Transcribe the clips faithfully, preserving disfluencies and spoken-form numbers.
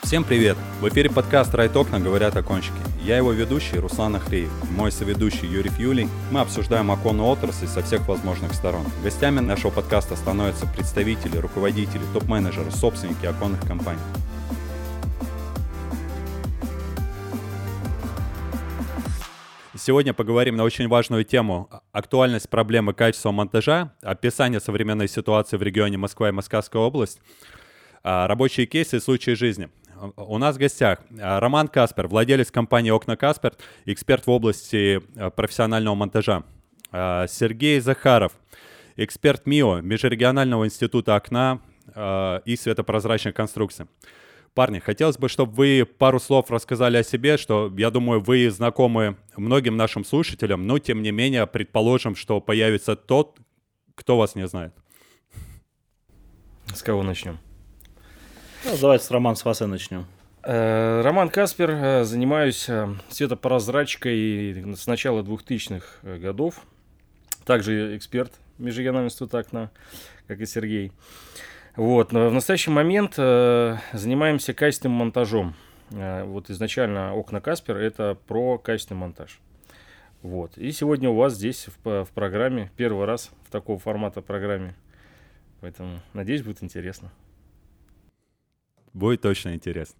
Всем привет! В эфире подкаст «Райт Окна. Говорят окончики». Я его ведущий Руслан Ахриев, мой соведущий Юрий Фьюлий. Мы обсуждаем оконную отрасль со всех возможных сторон. Гостями нашего подкаста становятся представители, руководители, топ-менеджеры, собственники оконных компаний. Сегодня поговорим на очень важную тему – актуальность проблемы качества монтажа, описание современной ситуации в регионе Москва и Московская область, рабочие кейсы и случаи жизни. У нас в гостях Роман Каспер, владелец компании «Окна Каспер», эксперт в области профессионального монтажа. Сергей Захаров, эксперт МИО, Межрегионального института окна и светопрозрачных конструкций. Парни, хотелось бы, чтобы вы пару слов рассказали о себе, что, я думаю, вы знакомы многим нашим слушателям, но, тем не менее, предположим, что появится тот, кто вас не знает. С кого начнем? Ну, давайте с Роман, с вас и начнем. Роман Каспер, занимаюсь светопрозрачкой с начала двухтысячных годов. Также эксперт Межрегионального института окна, как и Сергей. Вот. В настоящий момент занимаемся качественным монтажом. Вот изначально «Окна Каспер» — это про качественный монтаж. Вот. И сегодня у вас здесь в, в программе, первый раз в такого формата программе. Поэтому, надеюсь, будет интересно. Будет точно интересно.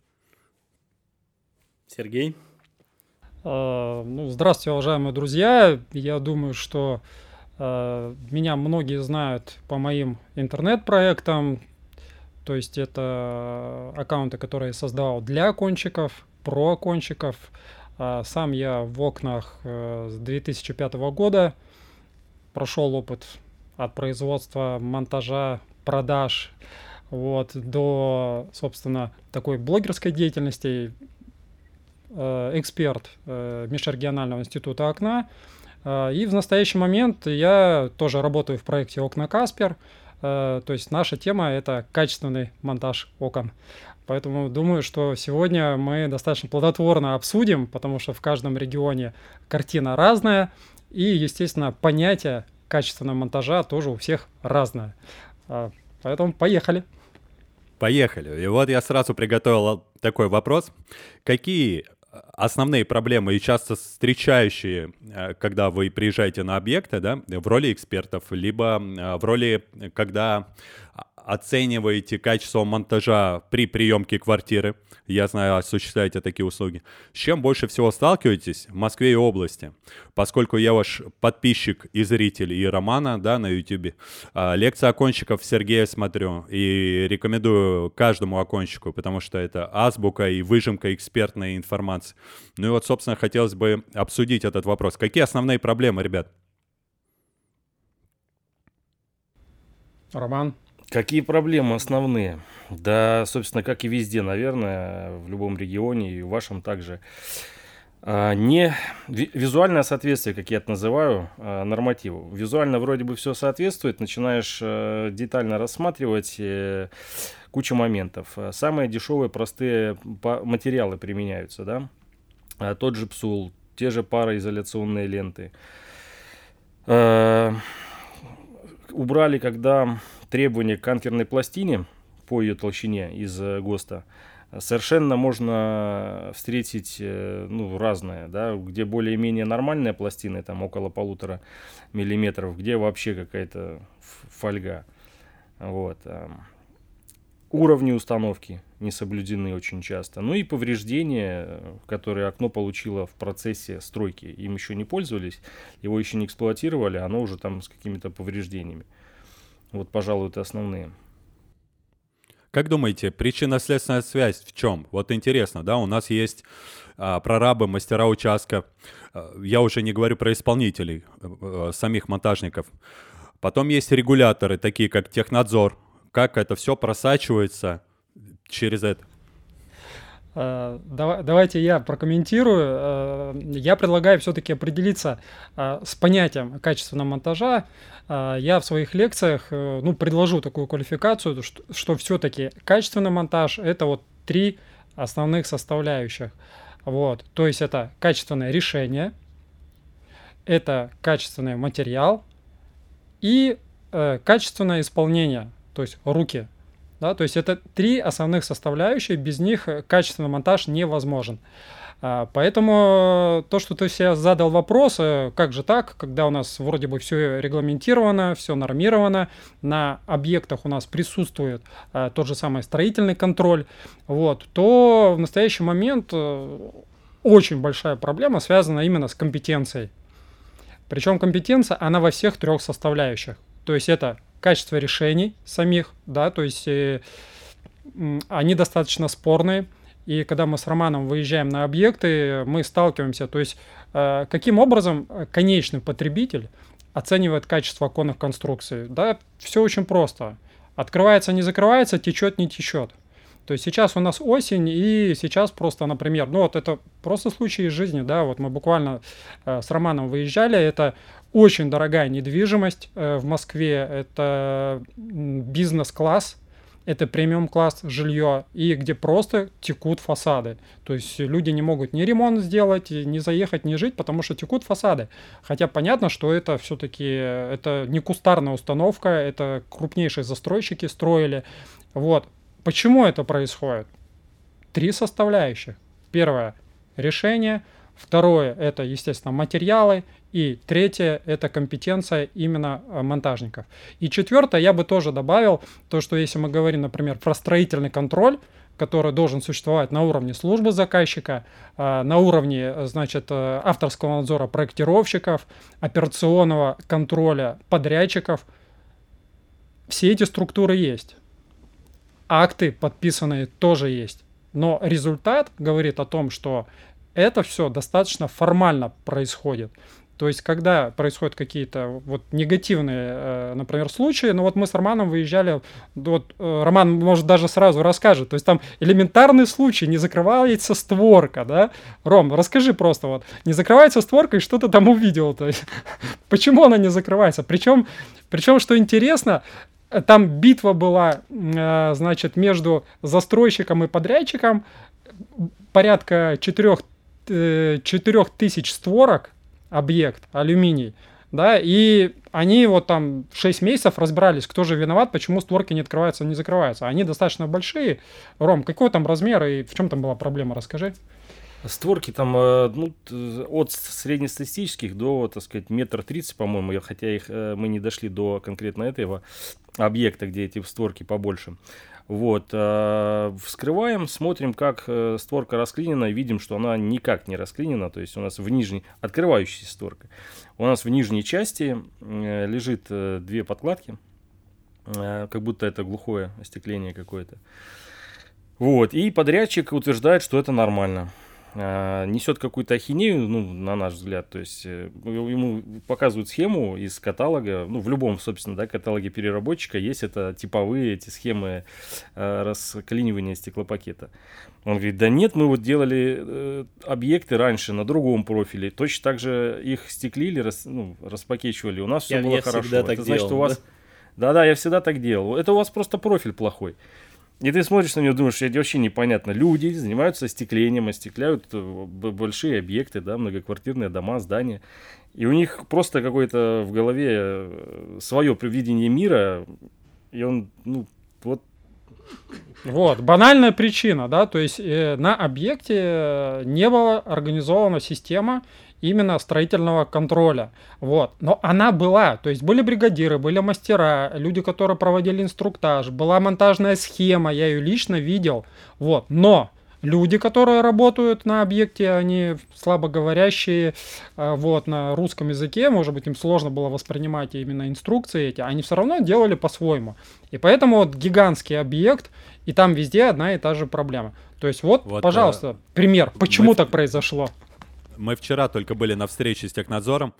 Сергей? Uh, ну, здравствуйте, уважаемые друзья. Я думаю, что uh, меня многие знают по моим интернет-проектам. То есть это аккаунты, которые я создавал для окончиков, про окончиков. Uh, сам я в окнах uh, с две тысячи пятого года. Прошел опыт от производства, монтажа, продаж, вот, до, собственно, такой блогерской деятельности. Эксперт Межрегионального института окна. И в настоящий момент я тоже работаю в проекте «Окна Каспер». То есть наша тема – это качественный монтаж окон. Поэтому думаю, что сегодня мы достаточно плодотворно обсудим, потому что в каждом регионе картина разная. И, естественно, понятие качественного монтажа тоже у всех разное. Поэтому поехали. Поехали. И вот я сразу приготовил такой вопрос. Какие основные проблемы и часто встречающие, когда вы приезжаете на объекты, да, в роли экспертов, либо в роли, когда оцениваете качество монтажа при приемке квартиры, я знаю, осуществляете такие услуги, с чем больше всего сталкиваетесь в Москве и области? Поскольку я ваш подписчик и зритель и Романа, да, на YouTube, лекции окончиков Сергея смотрю и рекомендую каждому окончику, потому что это азбука и выжимка экспертной информации. Ну и вот, собственно, хотелось бы обсудить этот вопрос. Какие основные проблемы, ребят? Роман? Какие проблемы основные? Да, собственно, как и везде, наверное, в любом регионе и в вашем также. Не визуальное соответствие, как я это называю, нормативу. Визуально вроде бы все соответствует, начинаешь детально рассматривать кучу моментов. Самые дешевые, простые материалы применяются, да? Тот же псул, те же пароизоляционные ленты. Убрали, когда требования к анкерной пластине по ее толщине из ГОСТа, совершенно можно встретить, ну, разное, да, где более-менее нормальная пластина, там около полутора миллиметров, где вообще какая-то фольга. Вот. Уровни установки не соблюдены очень часто. Ну и повреждения, которые окно получило в процессе стройки. Им еще не пользовались, его еще не эксплуатировали, оно уже там с какими-то повреждениями. Вот, пожалуй, это основные. Как думаете, причинно-следственная связь в чем? Вот интересно, да, у нас есть а, прорабы, мастера участка. А, я уже не говорю про исполнителей, а, самих монтажников. Потом есть регуляторы, такие как технадзор. Как это все просачивается через это? Давайте я прокомментирую. Я предлагаю все-таки определиться с понятием качественного монтажа. Я в своих лекциях, ну, предложу такую квалификацию, что, что все-таки качественный монтаж — это вот три основных составляющих. Вот. То есть это качественное решение, это качественный материал и э, качественное исполнение, то есть руки. Да, то есть это три основных составляющие, без них качественный монтаж невозможен. Поэтому то, что ты себе задал вопрос, как же так, когда у нас вроде бы все регламентировано, все нормировано, на объектах у нас присутствует тот же самый строительный контроль, вот, то в настоящий момент очень большая проблема связана именно с компетенцией. Причем компетенция, она во всех трех составляющих. То есть это качество решений самих, да, то есть э, они достаточно спорные. И когда мы с Романом выезжаем на объекты, мы сталкиваемся, то есть э, каким образом конечный потребитель оценивает качество оконных конструкций. Да, все очень просто. Открывается, не закрывается, течет, не течет. То есть сейчас у нас осень, и сейчас просто, например, ну вот это просто случай из жизни, да, вот мы буквально э, с Романом выезжали, это очень дорогая недвижимость э, в Москве, это бизнес-класс, это премиум-класс жилье, и где просто текут фасады. То есть люди не могут ни ремонт сделать, ни заехать, ни жить, потому что текут фасады. Хотя понятно, что это все-таки это не кустарная установка, это крупнейшие застройщики строили. Вот. Почему это происходит? Три составляющих. Первое – решение. Второе – это, естественно, материалы. И третье – это компетенция именно монтажников. И четвертое, я бы тоже добавил, то, что если мы говорим, например, про строительный контроль, который должен существовать на уровне службы заказчика, на уровне, значит, авторского надзора проектировщиков, операционного контроля подрядчиков, все эти структуры есть. Акты подписанные тоже есть. Но результат говорит о том, что это все достаточно формально происходит. То есть, когда происходят какие-то вот негативные, например, случаи, ну вот мы с Романом выезжали, вот Роман, может, даже сразу расскажет, то есть там элементарный случай, не закрывается створка, да? Ром, расскажи просто вот, не закрывается створка, и что ты там увидел, то есть, почему она не закрывается? Причем, причем, что интересно, там битва была, значит, между застройщиком и подрядчиком, порядка четырех тысяч створок, объект, алюминий, да, и они вот там шесть месяцев разбирались, кто же виноват, почему створки не открываются, не закрываются. Они достаточно большие. Ром, какой там размер и в чем там была проблема, расскажи. Створки там ну, от среднестатистических до, так сказать, метр тридцать, по-моему, хотя их, мы не дошли до конкретно этого объекта, где эти створки побольше. Вот, э, вскрываем, смотрим, как э, створка расклинена, и видим, что она никак не расклинена, то есть у нас в нижней, открывающаяся створка, у нас в нижней части э, лежит э, две подкладки, э, как будто это глухое остекление какое-то. Вот, и подрядчик утверждает, что это нормально. Несет какую-то ахинею, ну, на наш взгляд, то есть ему показывают схему из каталога, ну, в любом, собственно, да, каталоге переработчика есть это типовые эти схемы э, расклинивания стеклопакета. Он говорит, да нет, мы вот делали э, объекты раньше на другом профиле, точно так же их стеклили, рас, ну, распакечивали, у нас все я, было я хорошо. Это так значит, делал, у вас... Да? Да-да, я всегда так делал. Это у вас просто профиль плохой. И ты смотришь на него, думаешь, это вообще непонятно. Люди занимаются остеклением, остекляют большие объекты, да, многоквартирные дома, здания. И у них просто какое-то в голове свое видение мира, и он, ну, вот... Вот, банальная причина, да, то есть э, на объекте не была организована система именно строительного контроля, вот, но она была, то есть были бригадиры, были мастера, люди, которые проводили инструктаж, была монтажная схема, я ее лично видел, вот, но люди, которые работают на объекте, они слабоговорящие, вот, на русском языке, может быть, им сложно было воспринимать именно инструкции эти, они все равно делали по-своему, и поэтому вот гигантский объект, и там везде одна и та же проблема, то есть вот, вот пожалуйста, а... пример, почему мы... так произошло. Мы вчера только были на встрече с технадзором,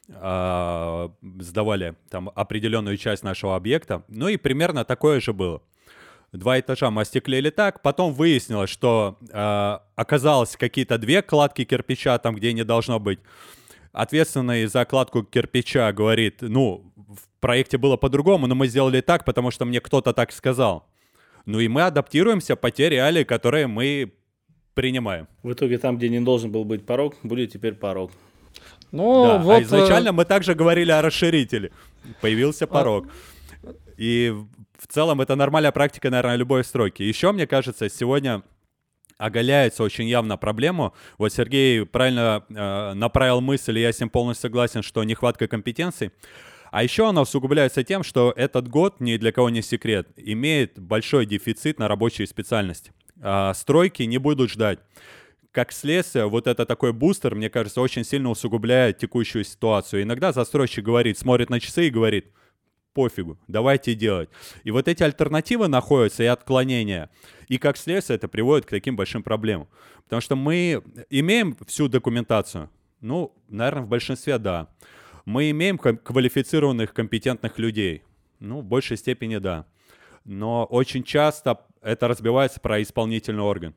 э, сдавали там определенную часть нашего объекта, ну и примерно такое же было. Два этажа мы остеклили так, потом выяснилось, что э, оказалось какие-то две кладки кирпича там, где не должно быть. Ответственный за кладку кирпича говорит, ну, в проекте было по-другому, но мы сделали так, потому что мне кто-то так сказал. Ну и мы адаптируемся по те реалии, которые мы принимаем. В итоге там, где не должен был быть порог, будет теперь порог. Ну, да, вот... А изначально мы также говорили о расширителе. Появился порог. И в целом это нормальная практика, наверное, любой стройки. Еще, мне кажется, сегодня оголяется очень явно проблему. Вот Сергей правильно э, направил мысль, и я с ним полностью согласен, что нехватка компетенций. А еще она усугубляется тем, что этот год, ни для кого не секрет, имеет большой дефицит на рабочие специальности. А стройки не будут ждать. Как следствие, вот это такой бустер, мне кажется, очень сильно усугубляет текущую ситуацию. Иногда застройщик говорит, смотрит на часы и говорит, пофигу, давайте делать. И вот эти альтернативы находятся и отклонения. И как следствие это приводит к таким большим проблемам. Потому что мы имеем всю документацию. Ну, наверное, в большинстве да. Мы имеем квалифицированных, компетентных людей. Ну, в большей степени да. Но очень часто это разбивается про исполнительный орган.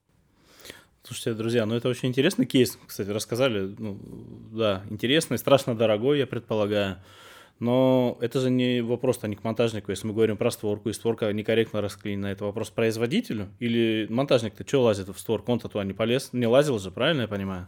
Слушайте, друзья, ну это очень интересный кейс, кстати, рассказали. Ну, да, интересный, страшно дорогой, я предполагаю. Но это же не вопрос-то не к монтажнику, если мы говорим про створку, и створка некорректно расклеена. Это вопрос производителю? Или монтажник-то что лазит в створку? Он-то туда не полез, не лазил же, правильно я понимаю?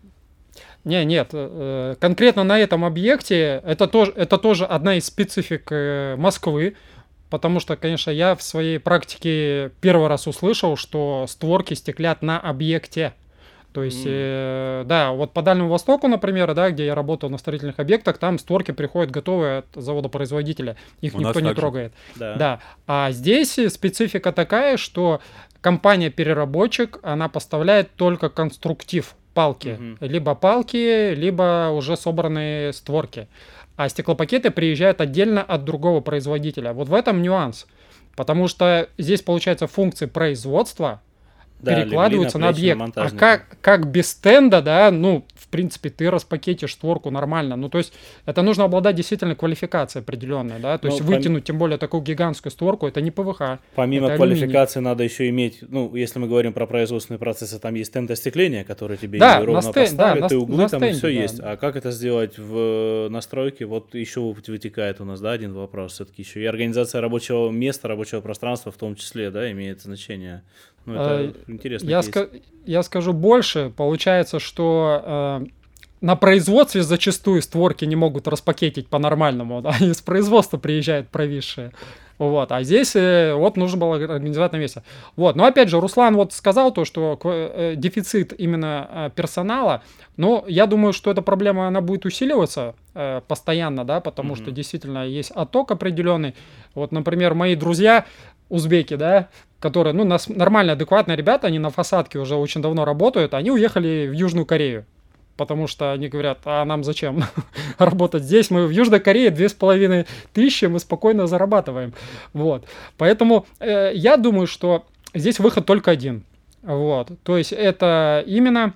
Не, нет, конкретно на этом объекте это тоже, это тоже одна из специфик Москвы, потому что, конечно, я в своей практике первый раз услышал, что створки стеклят на объекте. То есть, mm. э, да, вот по Дальнему Востоку, например, да, где я работал на строительных объектах, там створки приходят готовые от завода-производителя, их У никто не трогает. Да. да. А здесь специфика такая, что компания-переработчик, она поставляет только конструктив палки, mm-hmm. либо палки, либо уже собранные створки. А стеклопакеты приезжают отдельно от другого производителя. Вот в этом нюанс. Потому что здесь, получается, функции производства да, перекладываются на объект. А как, как без стенда, да, ну, в принципе, ты распакетишь створку нормально. Ну, то есть, это нужно обладать действительно квалификацией определенной, да. То Но есть, пом... вытянуть, тем более, такую гигантскую створку, это не ПВХ. Помимо квалификации алюминий. Надо еще иметь, ну, если мы говорим про производственные процессы, там есть стенд остекления, который тебе да, ровно стен... поставит, да, и углы на там стенде, и все да. есть. А как это сделать в настройке? Вот еще вытекает у нас, да, один вопрос. Все-таки еще и организация рабочего места, рабочего пространства в том числе, да, имеет значение. Ну, это а, интересный я, ска- я скажу больше. Получается, что э, на производстве зачастую створки не могут распакетить по-нормальному. Да? Из производства приезжают провисшие. Вот. А здесь э, вот нужно было организовать на месте. Вот. Но опять же, Руслан вот сказал то, что э, дефицит именно э, персонала. Но я думаю, что эта проблема она будет усиливаться э, постоянно, да, потому mm-hmm. что действительно есть отток определенный. Вот, например, мои друзья узбеки, да, которые, ну, нас, нормально, адекватные ребята, они на фасадке уже очень давно работают, они уехали в Южную Корею, потому что они говорят, а нам зачем работать здесь, мы в Южной Корее две с половиной тысячи, мы спокойно зарабатываем, вот, поэтому э, я думаю, что здесь выход только один, вот, то есть это именно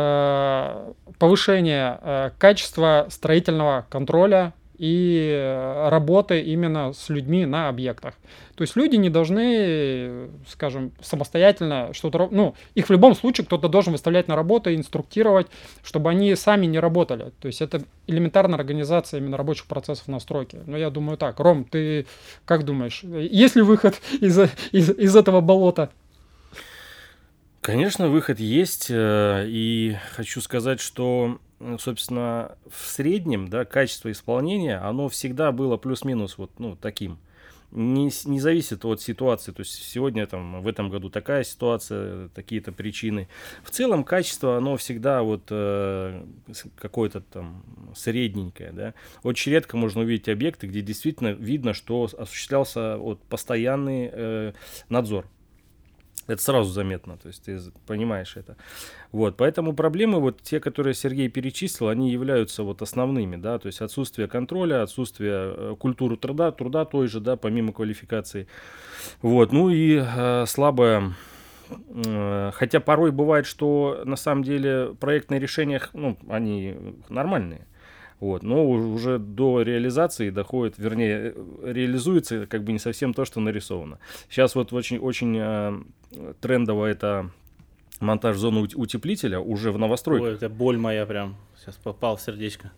э, повышение э, качества строительного контроля и работы именно с людьми на объектах. То есть люди не должны, скажем, самостоятельно что-то... Ну, их в любом случае кто-то должен выставлять на работу, инструктировать, чтобы они сами не работали. То есть это элементарная организация именно рабочих процессов на стройке. Но я думаю так. Ром, ты как думаешь, есть ли выход из, из, из этого болота? Конечно, выход есть. И хочу сказать, что... собственно, в среднем, да, качество исполнения, оно всегда было плюс-минус вот, ну, таким. Не, не зависит от ситуации. То есть сегодня там, в этом году такая ситуация, такие-то причины. В целом качество, оно всегда вот э, какое-то там средненькое. Да? Очень редко можно увидеть объекты, где действительно видно, что осуществлялся вот, постоянный э, надзор. Это сразу заметно, то есть ты понимаешь это. Вот, поэтому проблемы, вот те, которые Сергей перечислил, они являются вот основными, да, то есть отсутствие контроля, отсутствие культуры труда, труда той же, да, помимо квалификации. Вот, ну и э, слабое, э, хотя порой бывает, что на самом деле проектные решения, ну, они нормальные. Вот, но уже до реализации доходит, вернее, реализуется как бы не совсем то, что нарисовано. Сейчас вот очень, очень э, трендово это монтаж зоны утеплителя уже в новостройках. Ой, это боль моя прям, сейчас попал в сердечко.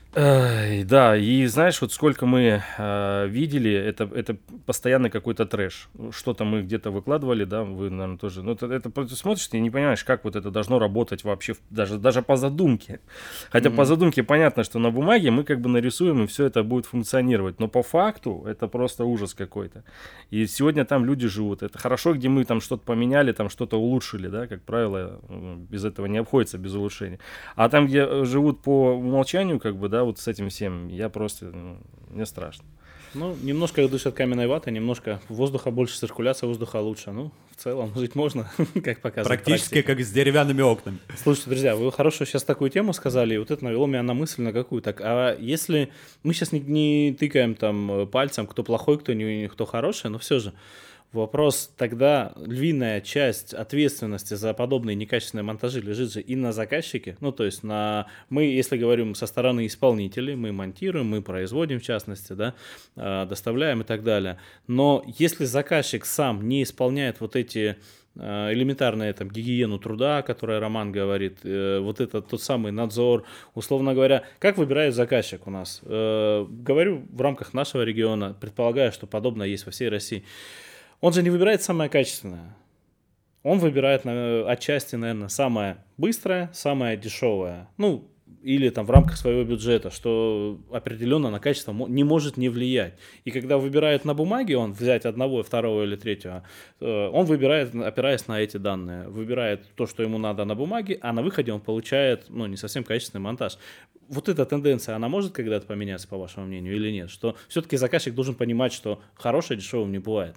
Да, и знаешь, вот сколько мы э, видели, это, это постоянно какой-то трэш. Что-то мы где-то выкладывали, да, вы, наверное, тоже. Ну, это, это ты смотришь, ты не понимаешь, как вот это должно работать вообще, даже, даже по задумке. Хотя mm-hmm. по задумке понятно, что на бумаге мы как бы нарисуем, и все это будет функционировать. Но по факту это просто ужас какой-то. И сегодня там люди живут. Это хорошо, где мы там что-то поменяли, там что-то улучшили, да, как правило, без этого не обходится, без улучшения. А там, где живут по умолчанию, как бы, да, вот с этим всем, я просто, ну, мне страшно. Ну, немножко дышат каменной ватой, немножко воздуха больше, циркуляция воздуха лучше. Ну, в целом, жить можно, как показывает практически практика. Как с деревянными окнами. Слушайте, друзья, вы хорошо сейчас такую тему сказали, и вот это навело меня на мысль на какую. Так, а если мы сейчас не, не тыкаем там пальцем, кто плохой, кто, не, кто хороший, но все же, вопрос тогда, львиная часть ответственности за подобные некачественные монтажи лежит же и на заказчике. Ну, то есть на мы, если говорим со стороны исполнителей, мы монтируем, мы производим в частности, да, доставляем и так далее. Но если заказчик сам не исполняет вот эти элементарная там гигиену труда, о которой Роман говорит, э, вот это тот самый надзор, условно говоря, как выбирает заказчик у нас? Э, говорю в рамках нашего региона, предполагаю, что подобное есть во всей России. Он же не выбирает самое качественное. Он выбирает отчасти, наверное, самое быстрое, самое дешевое. Ну, или там в рамках своего бюджета, что определенно на качество не может не влиять. И когда выбирает на бумаге, он взять одного, второго или третьего, он выбирает, опираясь на эти данные, выбирает то, что ему надо на бумаге, а на выходе он получает, ну, не совсем качественный монтаж. Вот эта тенденция, она может когда-то поменяться, по вашему мнению, или нет? Что все-таки заказчик должен понимать, что хорошее дешевым не бывает.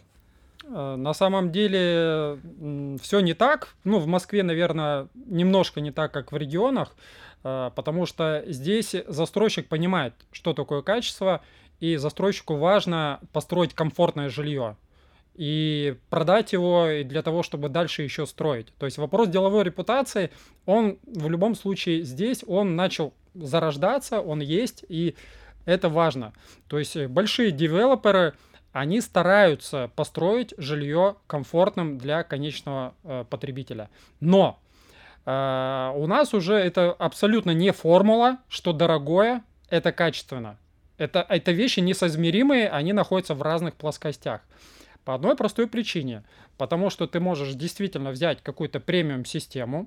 На самом деле все не так. Ну, в Москве, наверное, немножко не так, как в регионах, потому что здесь застройщик понимает, что такое качество, и застройщику важно построить комфортное жилье и продать его для того, чтобы дальше еще строить. То есть вопрос деловой репутации, он в любом случае здесь, он начал зарождаться, он есть, и это важно. То есть большие девелоперы, они стараются построить жилье комфортным для конечного э, потребителя. Но э, у нас уже это абсолютно не формула, что дорогое – это качественно. Это, это вещи несоизмеримые, они находятся в разных плоскостях. По одной простой причине. Потому что ты можешь действительно взять какую-то премиум-систему,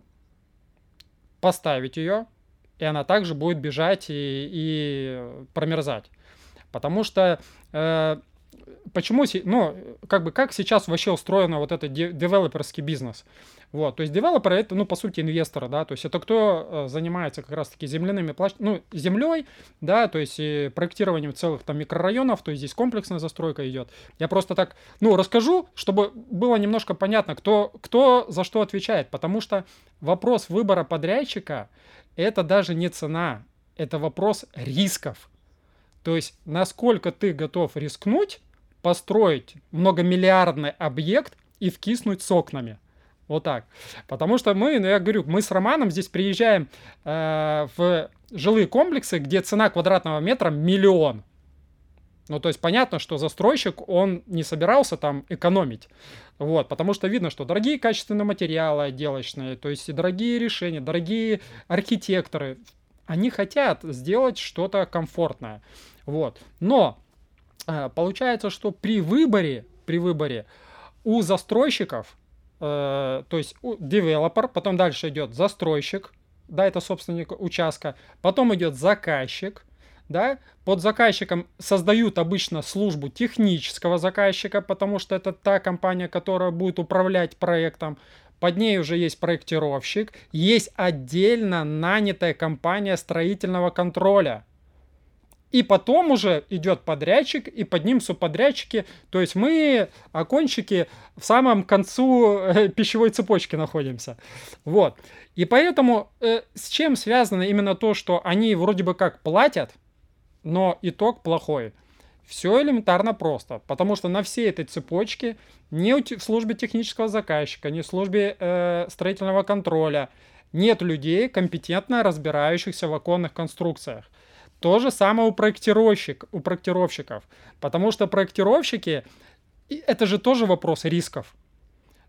поставить ее, и она также будет бежать и, и промерзать. Потому что... Э, Почему, ну, как бы, как сейчас вообще устроен вот этот девелоперский бизнес? Вот, то есть девелопер это, ну, по сути, инвесторы, да, то есть это кто э, занимается как раз-таки земляными площадками, ну, землей, да, то есть и проектированием целых там микрорайонов, то есть здесь комплексная застройка идет. Я просто так, ну, расскажу, чтобы было немножко понятно, кто, кто за что отвечает, потому что вопрос выбора подрядчика это даже не цена, это вопрос рисков. То есть насколько ты готов рискнуть, построить многомиллиардный объект и вкиснуть с окнами. Вот так. Потому что мы, ну я говорю, мы с Романом здесь приезжаем э, в жилые комплексы, где цена квадратного метра миллион. Ну, то есть понятно, что застройщик, он не собирался там экономить. Вот, потому что видно, что дорогие качественные материалы отделочные, то есть дорогие решения, дорогие архитекторы, они хотят сделать что-то комфортное. Вот. Но получается, что при выборе, при выборе у застройщиков, э, то есть у девелопер, потом дальше идет застройщик, да, это собственник участка, потом идет заказчик, да, под заказчиком создают обычно службу технического заказчика, потому что это та компания, которая будет управлять проектом. Под ней уже есть проектировщик, есть отдельно нанятая компания строительного контроля. И потом уже идет подрядчик, и под ним субподрядчики. То есть мы, окончики, в самом концу э, пищевой цепочки находимся. Вот. И поэтому э, с чем связано именно то, что они вроде бы как платят, но итог плохой. Все элементарно просто. Потому что на всей этой цепочке ни в службе технического заказчика, ни в службе э, строительного контроля нет людей, компетентно разбирающихся в оконных конструкциях. То же самое у, проектировщик, у проектировщиков. Потому что проектировщики, это же тоже вопрос рисков.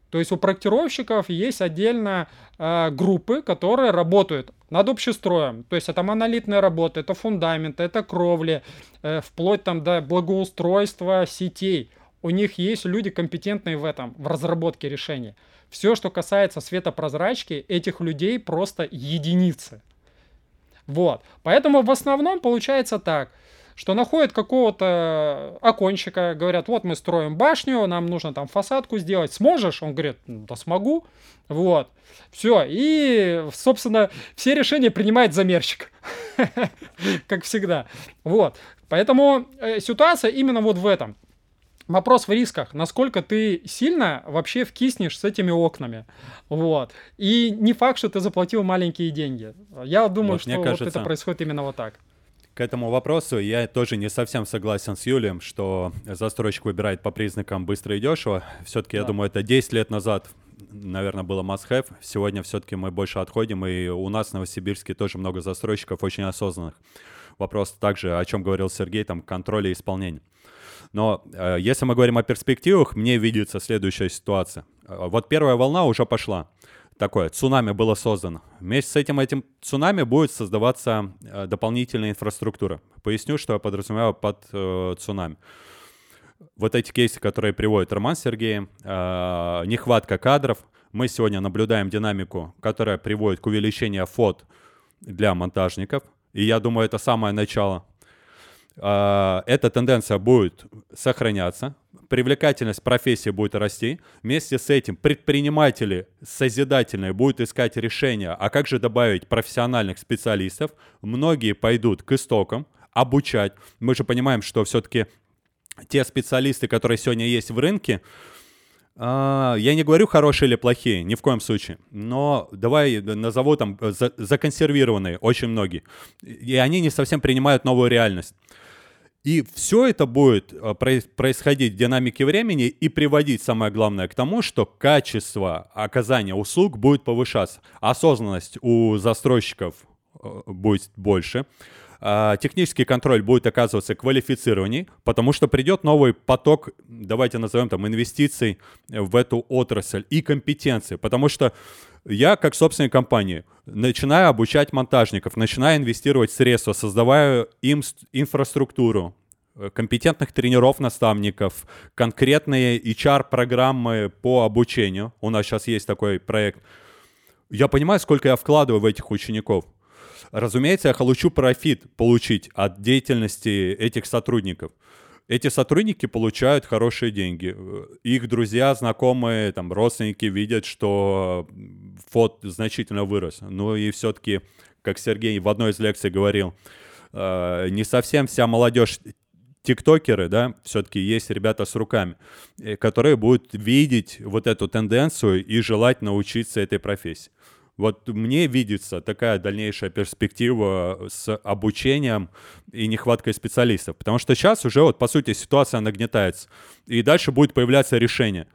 То есть у проектировщиков есть отдельно э, группы, которые работают над общестроем. То есть это монолитная работа, это фундамент, это кровли, э, вплоть там до благоустройства сетей. У них есть люди компетентные в этом, в разработке решений. Все, что касается светопрозрачки, этих людей просто единицы. Вот. Поэтому в основном получается так, что находят какого-то окончика, говорят, вот мы строим башню, нам нужно там фасадку сделать, сможешь? Он говорит, да смогу. Вот. Все. И, собственно, все решения принимает замерщик. Как всегда. Вот. Поэтому ситуация именно вот в этом. Вопрос в рисках, насколько ты сильно вообще вкиснешь с этими окнами. Вот. И не факт, что ты заплатил маленькие деньги. Я думаю, вот, что кажется, вот это происходит именно вот так. К этому вопросу я тоже не совсем согласен с Юлием, что застройщик выбирает по признакам быстро и дешево. Все-таки, да. я думаю, это десять лет назад, наверное, было must-have. Сегодня все-таки мы больше отходим, и у нас в Новосибирске тоже много застройщиков очень осознанных. Вопрос также, о чем говорил Сергей, там, контроль и исполнение. Но э, если мы говорим о перспективах, мне видится следующая ситуация. Вот первая волна уже пошла. Такое цунами было создано. Вместе с этим, этим цунами будет создаваться э, дополнительная инфраструктура. Поясню, что я подразумеваю под э, цунами. Вот эти кейсы, которые приводит Роман с Сергеем, э, нехватка кадров. Мы сегодня наблюдаем динамику, которая приводит к увеличению фот для монтажников. И я думаю, это самое начало. Эта тенденция будет сохраняться, привлекательность профессии будет расти. Вместе с этим предприниматели созидательные будут искать решения, а как же добавить профессиональных специалистов. Многие пойдут к истокам, обучать. Мы же понимаем, что все-таки те специалисты, которые сегодня есть в рынке, я не говорю хорошие или плохие, ни в коем случае, но давай назову там законсервированные очень многие. И они не совсем принимают новую реальность. И все это будет происходить в динамике времени и приводить, самое главное, к тому, что качество оказания услуг будет повышаться. Осознанность у застройщиков будет больше. Технический контроль будет оказываться квалифицированней, потому что придет новый поток, давайте назовем там, инвестиций в эту отрасль и компетенции. Потому что я, как собственник компании, начинаю обучать монтажников, начинаю инвестировать средства, создавая им инфраструктуру, компетентных тренеров-наставников, конкретные эйч ар-программы по обучению. У нас сейчас есть такой проект. Я понимаю, сколько я вкладываю в этих учеников. Разумеется, я хочу профит получить от деятельности этих сотрудников. Эти сотрудники получают хорошие деньги. Их друзья, знакомые, там, родственники видят, что фот значительно вырос. Ну и все-таки, как Сергей в одной из лекций говорил, не совсем вся молодежь тиктокеры, да, все-таки есть ребята с руками, которые будут видеть вот эту тенденцию и желать научиться этой профессии. Вот мне видится такая дальнейшая перспектива с обучением и нехваткой специалистов. Потому что сейчас уже, вот, по сути, ситуация нагнетается. И дальше будет появляться решение.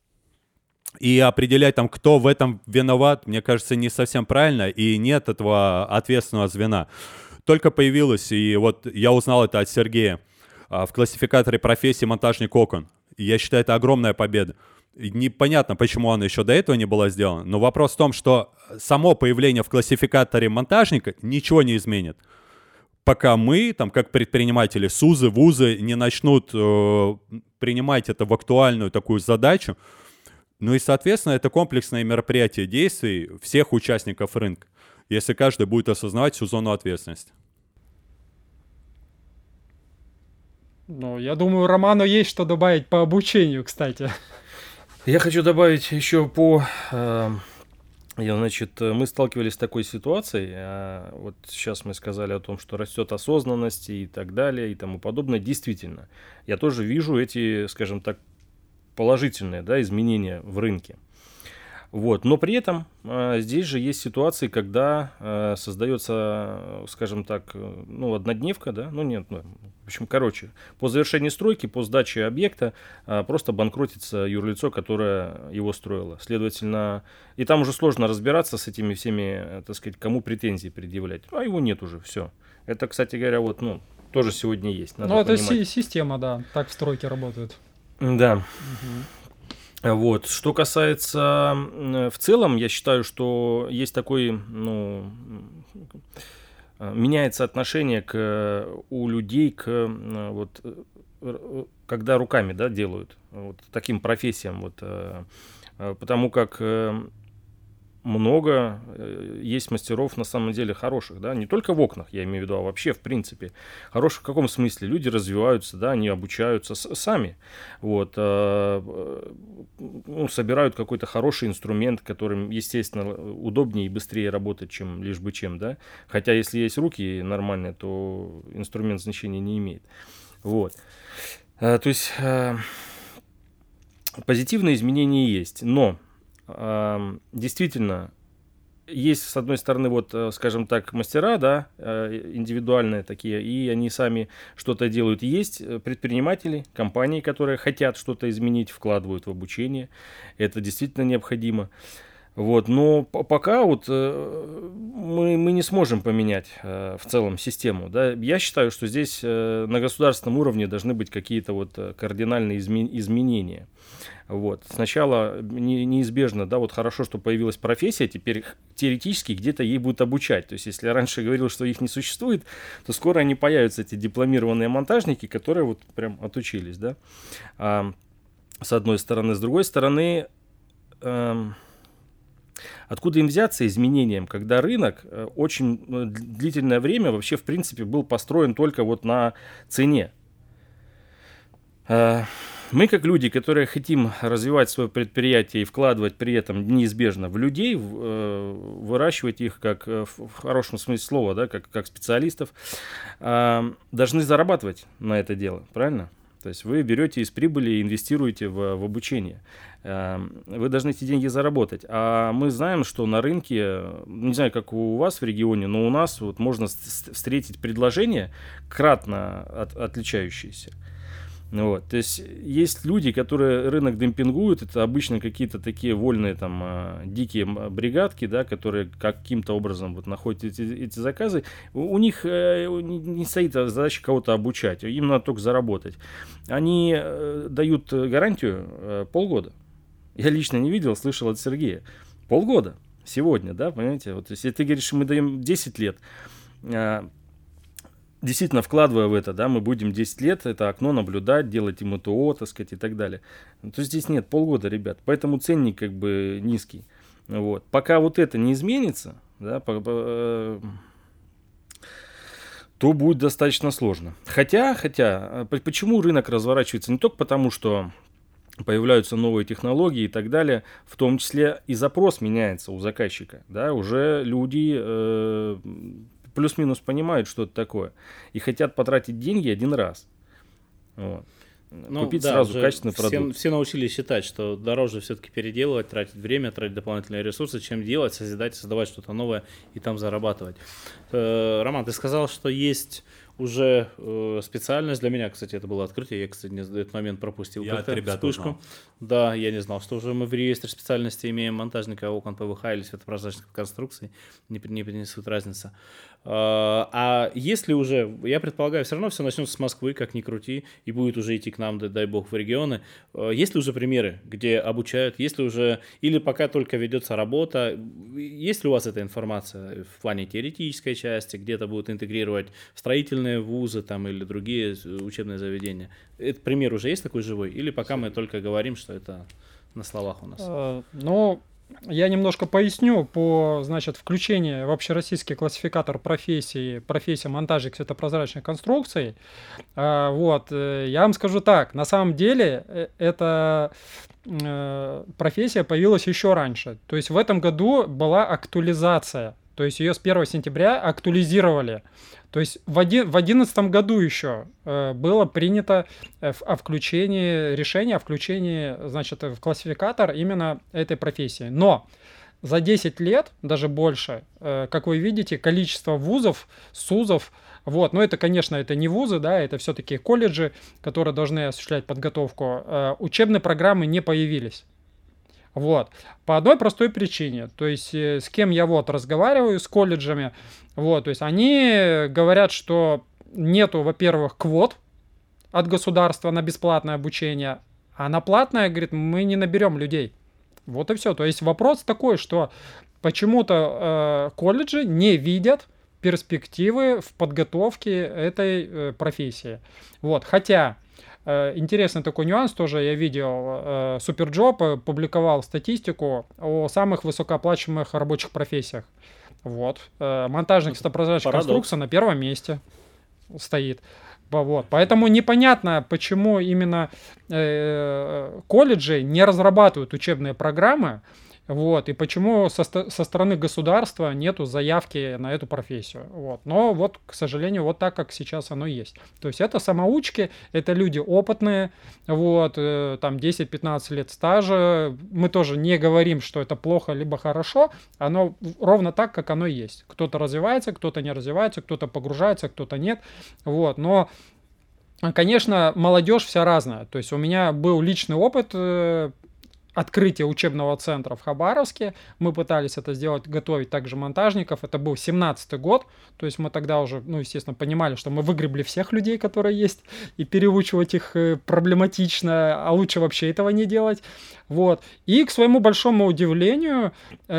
И определять, там, кто в этом виноват, мне кажется, не совсем правильно. И нет этого ответственного звена. Только появилось, и вот я узнал это от Сергея, в классификаторе профессии монтажник окон. И я считаю, это огромная победа. Непонятно, почему она еще до этого не была сделана, но вопрос в том, что само появление в классификаторе монтажника ничего не изменит. Пока мы, там, как предприниматели, СУЗы, ВУЗы не начнут э, принимать это в актуальную такую задачу, ну и, соответственно, это комплексное мероприятие действий всех участников рынка, если каждый будет осознавать всю зону ответственности. Ну, я думаю, Роману есть что добавить по обучению, кстати. Я хочу добавить еще по... Э, значит, мы сталкивались с такой ситуацией. Э, вот сейчас мы сказали о том, что растет осознанность и так далее, и тому подобное. Действительно, я тоже вижу эти, скажем так, положительные, да, изменения в рынке. Вот. Но при этом э, здесь же есть ситуации, когда э, создается, скажем так, ну, однодневка, да, ну нет, ну, в общем, короче, по завершении стройки, по сдаче объекта э, просто банкротится юрлицо, которое его строило. Следовательно, и там уже сложно разбираться с этими всеми, так сказать, кому претензии предъявлять. А его нет уже, все. Это, кстати говоря, вот, ну, тоже сегодня есть. Ну, это си- система, да, так в стройке работает. Да. Угу. Вот. Что касается в целом, я считаю, что есть такой, ну, меняется отношение к, у людей к, вот, когда руками, да, делают, вот, таким профессиям, вот, потому как много есть мастеров на самом деле хороших, да, не только в окнах, я имею в виду, а вообще в принципе. Хороших в каком смысле? Люди развиваются, да, они обучаются с- сами, вот, э, ну, собирают какой-то хороший инструмент, которым, естественно, удобнее и быстрее работать, чем лишь бы чем, да. Хотя если есть руки нормальные, то инструмент значения не имеет. Вот. Э, то есть э, позитивные изменения есть, но действительно, есть, с одной стороны, вот, скажем так, мастера, да, индивидуальные такие, и они сами что-то делают. Есть предприниматели, компании, которые хотят что-то изменить, вкладывают в обучение. Это действительно необходимо. Вот, но пока вот мы, мы не сможем поменять в целом систему. Да. Я считаю, что здесь на государственном уровне должны быть какие-то вот кардинальные изменения. Вот. Сначала неизбежно, да, вот хорошо, что появилась профессия, теперь теоретически где-то ей будут обучать. То есть, если я раньше говорил, что их не существует, то скоро они появятся, эти дипломированные монтажники, которые вот прям отучились, да, а, с одной стороны. С другой стороны, а, откуда им взяться изменениям, когда рынок очень длительное время вообще, в принципе, был построен только вот на цене. А, Мы, как люди, которые хотим развивать свое предприятие и вкладывать при этом неизбежно в людей, в, э, выращивать их как в хорошем смысле слова, да, как, как специалистов, э, должны зарабатывать на это дело, правильно? То есть вы берете из прибыли и инвестируете в, в обучение. Э, вы должны эти деньги заработать. А мы знаем, что на рынке, не знаю, как у вас в регионе, но у нас вот можно встретить предложения, кратно от, отличающиеся. Вот. То есть есть люди, которые рынок демпингуют, это обычно какие-то такие вольные там дикие бригадки, да, которые каким-то образом вот находят эти, эти заказы. У, у них э, не стоит задача кого-то обучать, им надо только заработать. Они э, дают гарантию э, полгода. Я лично не видел, слышал от Сергея. Полгода сегодня, да, понимаете? Вот, если ты говоришь, мы даем десять лет, э, действительно, вкладывая в это, да, мы будем десять лет это окно наблюдать, делать им ТО, так сказать, и так далее. То здесь нет, полгода, ребят. Поэтому ценник как бы низкий. Вот. Пока вот это не изменится, да, по, по, то будет достаточно сложно. Хотя, хотя, почему рынок разворачивается? Не только потому, что появляются новые технологии и так далее, в том числе и запрос меняется у заказчика. Да, уже люди... Э, плюс-минус понимают, что это такое, и хотят потратить деньги один раз. Вот. Ну, купить да, сразу качественный все, продукт. Все научились считать, что дороже все-таки переделывать, тратить время, тратить дополнительные ресурсы, чем делать, созидать, создавать что-то новое и там зарабатывать. Э, Роман, ты сказал, что есть уже э, специальность для меня, кстати, это было открытие, я, кстати, этот момент пропустил. Я от ребят узнал. Да, я не знал, что уже мы в реестре специальности имеем монтажника окон ПВХ или светопрозрачных конструкций, не, не принесут разницы. А, а если уже, я предполагаю, все равно все начнется с Москвы, как ни крути, и будет уже идти к нам, дай, дай бог, в регионы. Есть ли уже примеры, где обучают, есть ли уже, или пока только ведется работа, есть ли у вас эта информация в плане теоретической части, где-то будут интегрировать в строительные вузы там, или другие учебные заведения? Этот пример уже есть такой живой? Или пока мы только говорим, что это на словах у нас? Uh, ну, я немножко поясню по, значит, включению в общероссийский классификатор профессий, профессия монтажник светопрозрачных конструкций. Uh, вот, я вам скажу так, на самом деле эта uh, профессия появилась еще раньше. То есть в этом году была актуализация. То есть ее с первого сентября актуализировали. То есть в две тысячи одиннадцатом году еще э, было принято э, в, о включении, решение о включении, значит, в классификатор именно этой профессии. Но за десять лет, даже больше, э, как вы видите, количество вузов, СУЗов, вот, но это, конечно, это не вузы, да, это все-таки колледжи, которые должны осуществлять подготовку, э, учебные программы не появились. Вот. По одной простой причине. То есть э, с кем я вот разговариваю, с колледжами, вот, то есть они говорят, что нету, во-первых, квот от государства на бесплатное обучение, А на платное, говорит, мы не наберем людей. Вот и все. То есть вопрос такой, что почему-то э, колледжи не видят перспективы в подготовке этой э, профессии. Вот. Хотя э, интересный такой нюанс тоже я видел. Э, Суперджоп публиковал статистику о самых высокооплачиваемых рабочих профессиях. Вот. Э, монтажник стопрозрачной конструкции на первом месте стоит. Вот. Поэтому непонятно, почему именно э, колледжи не разрабатывают учебные программы, вот, и почему со, со стороны государства нету заявки на эту профессию. Вот. Но вот, к сожалению, вот так, как сейчас оно есть. То есть это самоучки, это люди опытные, вот, э, там десять-пятнадцать лет стажа. Мы тоже не говорим, что это плохо либо хорошо, оно ровно так, как оно есть. Кто-то развивается, кто-то не развивается, кто-то погружается, кто-то нет. Вот. Но, конечно, молодежь вся разная. То есть у меня был личный опыт э, открытие учебного центра в Хабаровске. Мы пытались это сделать, готовить также монтажников. Это был семнадцатый год. То есть мы тогда уже, ну, естественно, понимали, что мы выгребли всех людей, которые есть, и переучивать их проблематично, а лучше вообще этого не делать. Вот. И, к своему большому удивлению,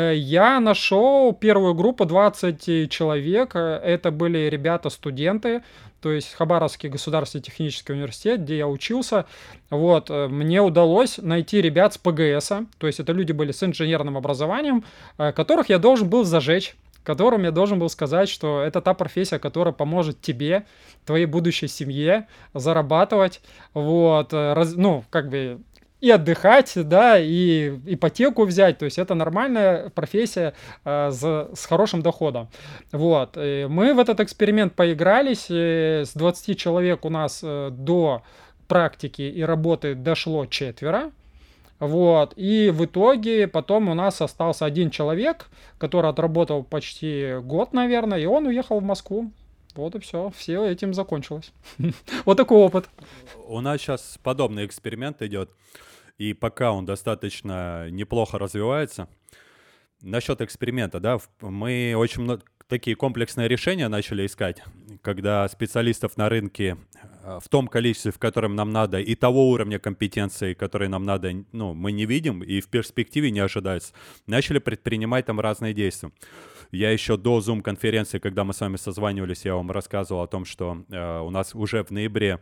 я нашел первую группу двадцать человек. Это были ребята-студенты, то есть Хабаровский государственный технический университет, где я учился. Вот, мне удалось найти ребят с ПГСа, то есть это люди были с инженерным образованием, которых я должен был зажечь, которым я должен был сказать, что это та профессия, которая поможет тебе, твоей будущей семье зарабатывать, вот, раз, ну, как бы и отдыхать, да, и ипотеку взять, то есть это нормальная профессия э, с, с хорошим доходом. Вот, и мы в этот эксперимент поигрались, и с двадцати человек у нас э, до практики и работы дошло четверо, вот, и в итоге потом у нас остался один человек, который отработал почти год, наверное, и он уехал в Москву. Вот и все, все этим закончилось. Вот такой опыт. У нас сейчас подобный эксперимент идет, и пока он достаточно неплохо развивается. Насчет эксперимента, да, мы очень много такие комплексные решения начали искать, когда специалистов на рынке в том количестве, в котором нам надо, и того уровня компетенции, который нам надо, ну, мы не видим и в перспективе не ожидается, начали предпринимать там разные действия. Я еще до Zoom-конференции, когда мы с вами созванивались, я вам рассказывал о том, что э, у нас уже в ноябре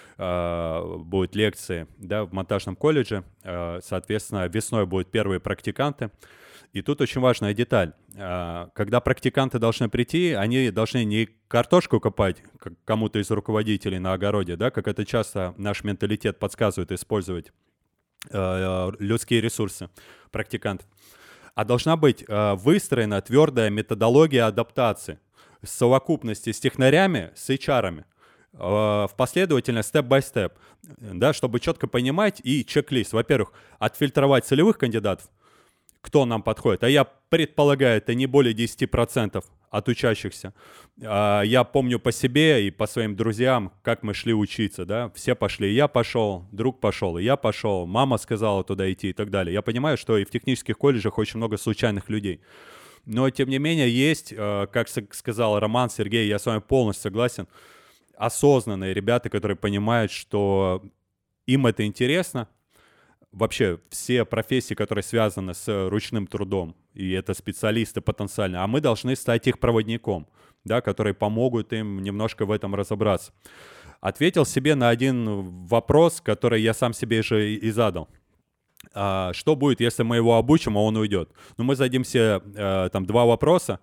э, будут лекции, да, в монтажном колледже. Э, соответственно, весной будут первые практиканты. И тут очень важная деталь. Э, когда практиканты должны прийти, они должны не картошку копать как кому-то из руководителей на огороде, да, как это часто наш менталитет подсказывает, использовать э, людские ресурсы практикантов. А должна быть э, выстроена твердая методология адаптации в совокупности с технарями, с эйч ар-ами, э, в последовательно, степ-бай-степ, да, чтобы четко понимать и чек-лист. Во-первых, отфильтровать целевых кандидатов, кто нам подходит. А я предполагаю, это не более десять процентов от учащихся. Я помню по себе и по своим друзьям, как мы шли учиться, да, все пошли, и я пошел, друг пошел, и я пошел, мама сказала туда идти и так далее. Я понимаю, что и в технических колледжах очень много случайных людей. Но, тем не менее, есть, как сказал Роман, Сергей, я с вами полностью согласен, осознанные ребята, которые понимают, что им это интересно. Вообще все профессии, которые связаны с ручным трудом, и это специалисты потенциально, а мы должны стать их проводником, да, которые помогут им немножко в этом разобраться. Ответил себе на один вопрос, который я сам себе же и задал. А, что будет, если мы его обучим, а он уйдет? Ну, мы зададим себе а, там два вопроса.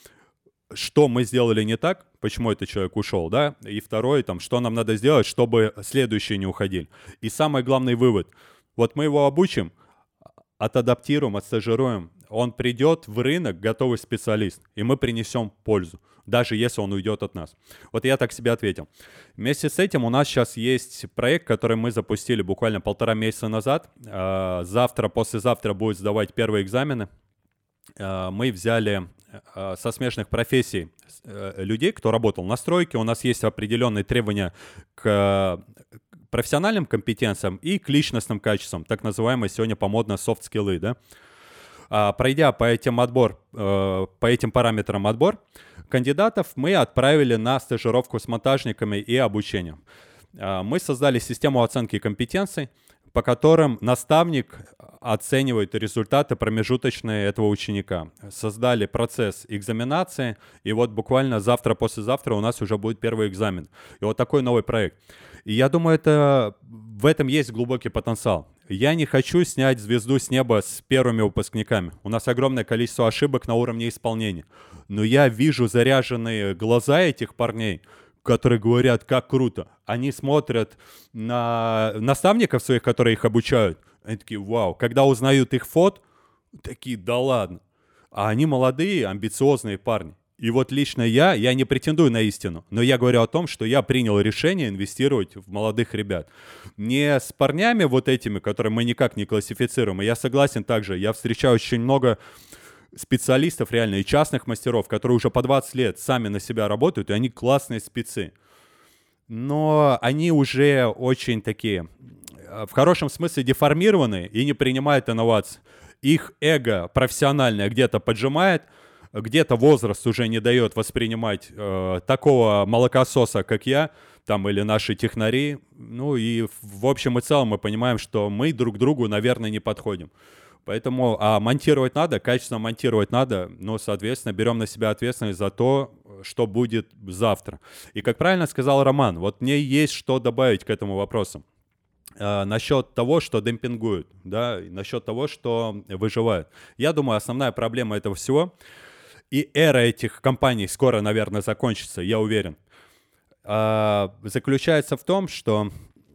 Что мы сделали не так, почему этот человек ушел, да? И второй, там, что нам надо сделать, чтобы следующие не уходили. И самый главный вывод – вот мы его обучим, отадаптируем, отстажируем, он придет в рынок, готовый специалист, и мы принесем пользу, даже если он уйдет от нас. Вот я так себе ответил. Вместе с этим у нас сейчас есть проект, который мы запустили буквально полтора месяца назад. Завтра, послезавтра будут сдавать первые экзамены. Мы взяли со смежных профессий людей, кто работал на стройке. У нас есть определенные требования к профессиональным компетенциям и к личностным качествам, так называемые сегодня по-модно софт-скиллы, да. А, пройдя по этим отбор, э, по этим параметрам отбор кандидатов, мы отправили на стажировку с монтажниками и обучением. А, мы создали систему оценки компетенций, по которым наставник оценивает результаты промежуточные этого ученика. Создали процесс экзаменации, и вот буквально завтра-послезавтра у нас уже будет первый экзамен. И вот такой новый проект. И я думаю, это, в этом есть глубокий потенциал. Я не хочу снять звезду с неба с первыми выпускниками. У нас огромное количество ошибок на уровне исполнения. Но я вижу заряженные глаза этих парней, которые говорят, как круто. Они смотрят на наставников своих, которые их обучают. Они такие, вау. Когда узнают их фото, такие, да ладно. А они молодые, амбициозные парни. И вот лично я, я не претендую на истину, но я говорю о том, что я принял решение инвестировать в молодых ребят. Не с парнями вот этими, которые мы никак не классифицируем. И я согласен также, я встречаю очень много специалистов реально и частных мастеров, которые уже по двадцать лет сами на себя работают, и они классные спецы. Но они уже очень такие, в хорошем смысле, деформированы и не принимают инноваций. Их эго профессиональное где-то поджимает, где-то возраст уже не дает воспринимать э, такого молокососа, как я, там, или наши технари. Ну и в общем и целом мы понимаем, что мы друг другу, наверное, не подходим. Поэтому а монтировать надо, качественно монтировать надо, но, соответственно, берем на себя ответственность за то, что будет завтра. И, как правильно сказал Роман, вот мне есть что добавить к этому вопросу. А, насчет того, что демпингуют, да, насчет того, что выживают. Я думаю, основная проблема этого всего, и эра этих компаний скоро, наверное, закончится, я уверен, а, заключается в том, что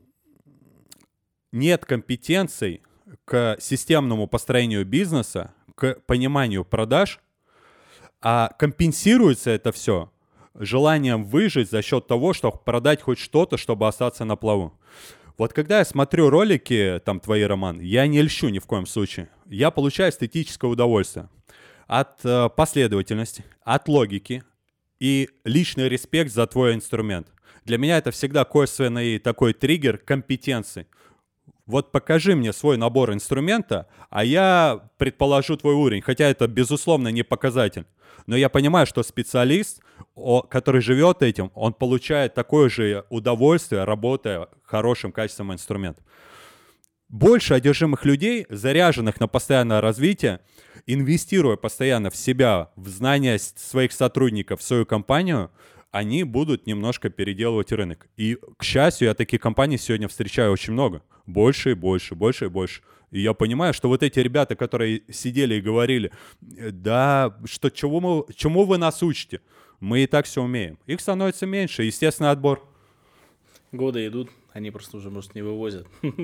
нет компетенций к системному построению бизнеса, к пониманию продаж, а компенсируется это все желанием выжить за счет того, чтобы продать хоть что-то, чтобы остаться на плаву. Вот когда я смотрю ролики, там, твои, Роман, я не льщу ни в коем случае. Я получаю эстетическое удовольствие от э, последовательности, от логики и личный респект за твой инструмент. Для меня это всегда косвенный такой триггер компетенции. Вот покажи мне свой набор инструмента, а я предположу твой уровень, хотя это, безусловно, не показатель. Но я понимаю, что специалист, который живет этим, он получает такое же удовольствие, работая хорошим качественным инструментом. Больше одержимых людей, заряженных на постоянное развитие, инвестируя постоянно в себя, в знания своих сотрудников, в свою компанию, они будут немножко переделывать рынок. И, к счастью, я таких компаний сегодня встречаю очень много. Больше и больше, больше и больше. И я понимаю, что вот эти ребята, которые сидели и говорили, да, что чему, мы, чему вы нас учите? Мы и так все умеем. Их становится меньше, естественный отбор. Годы идут, они просто уже, может, не вывозят.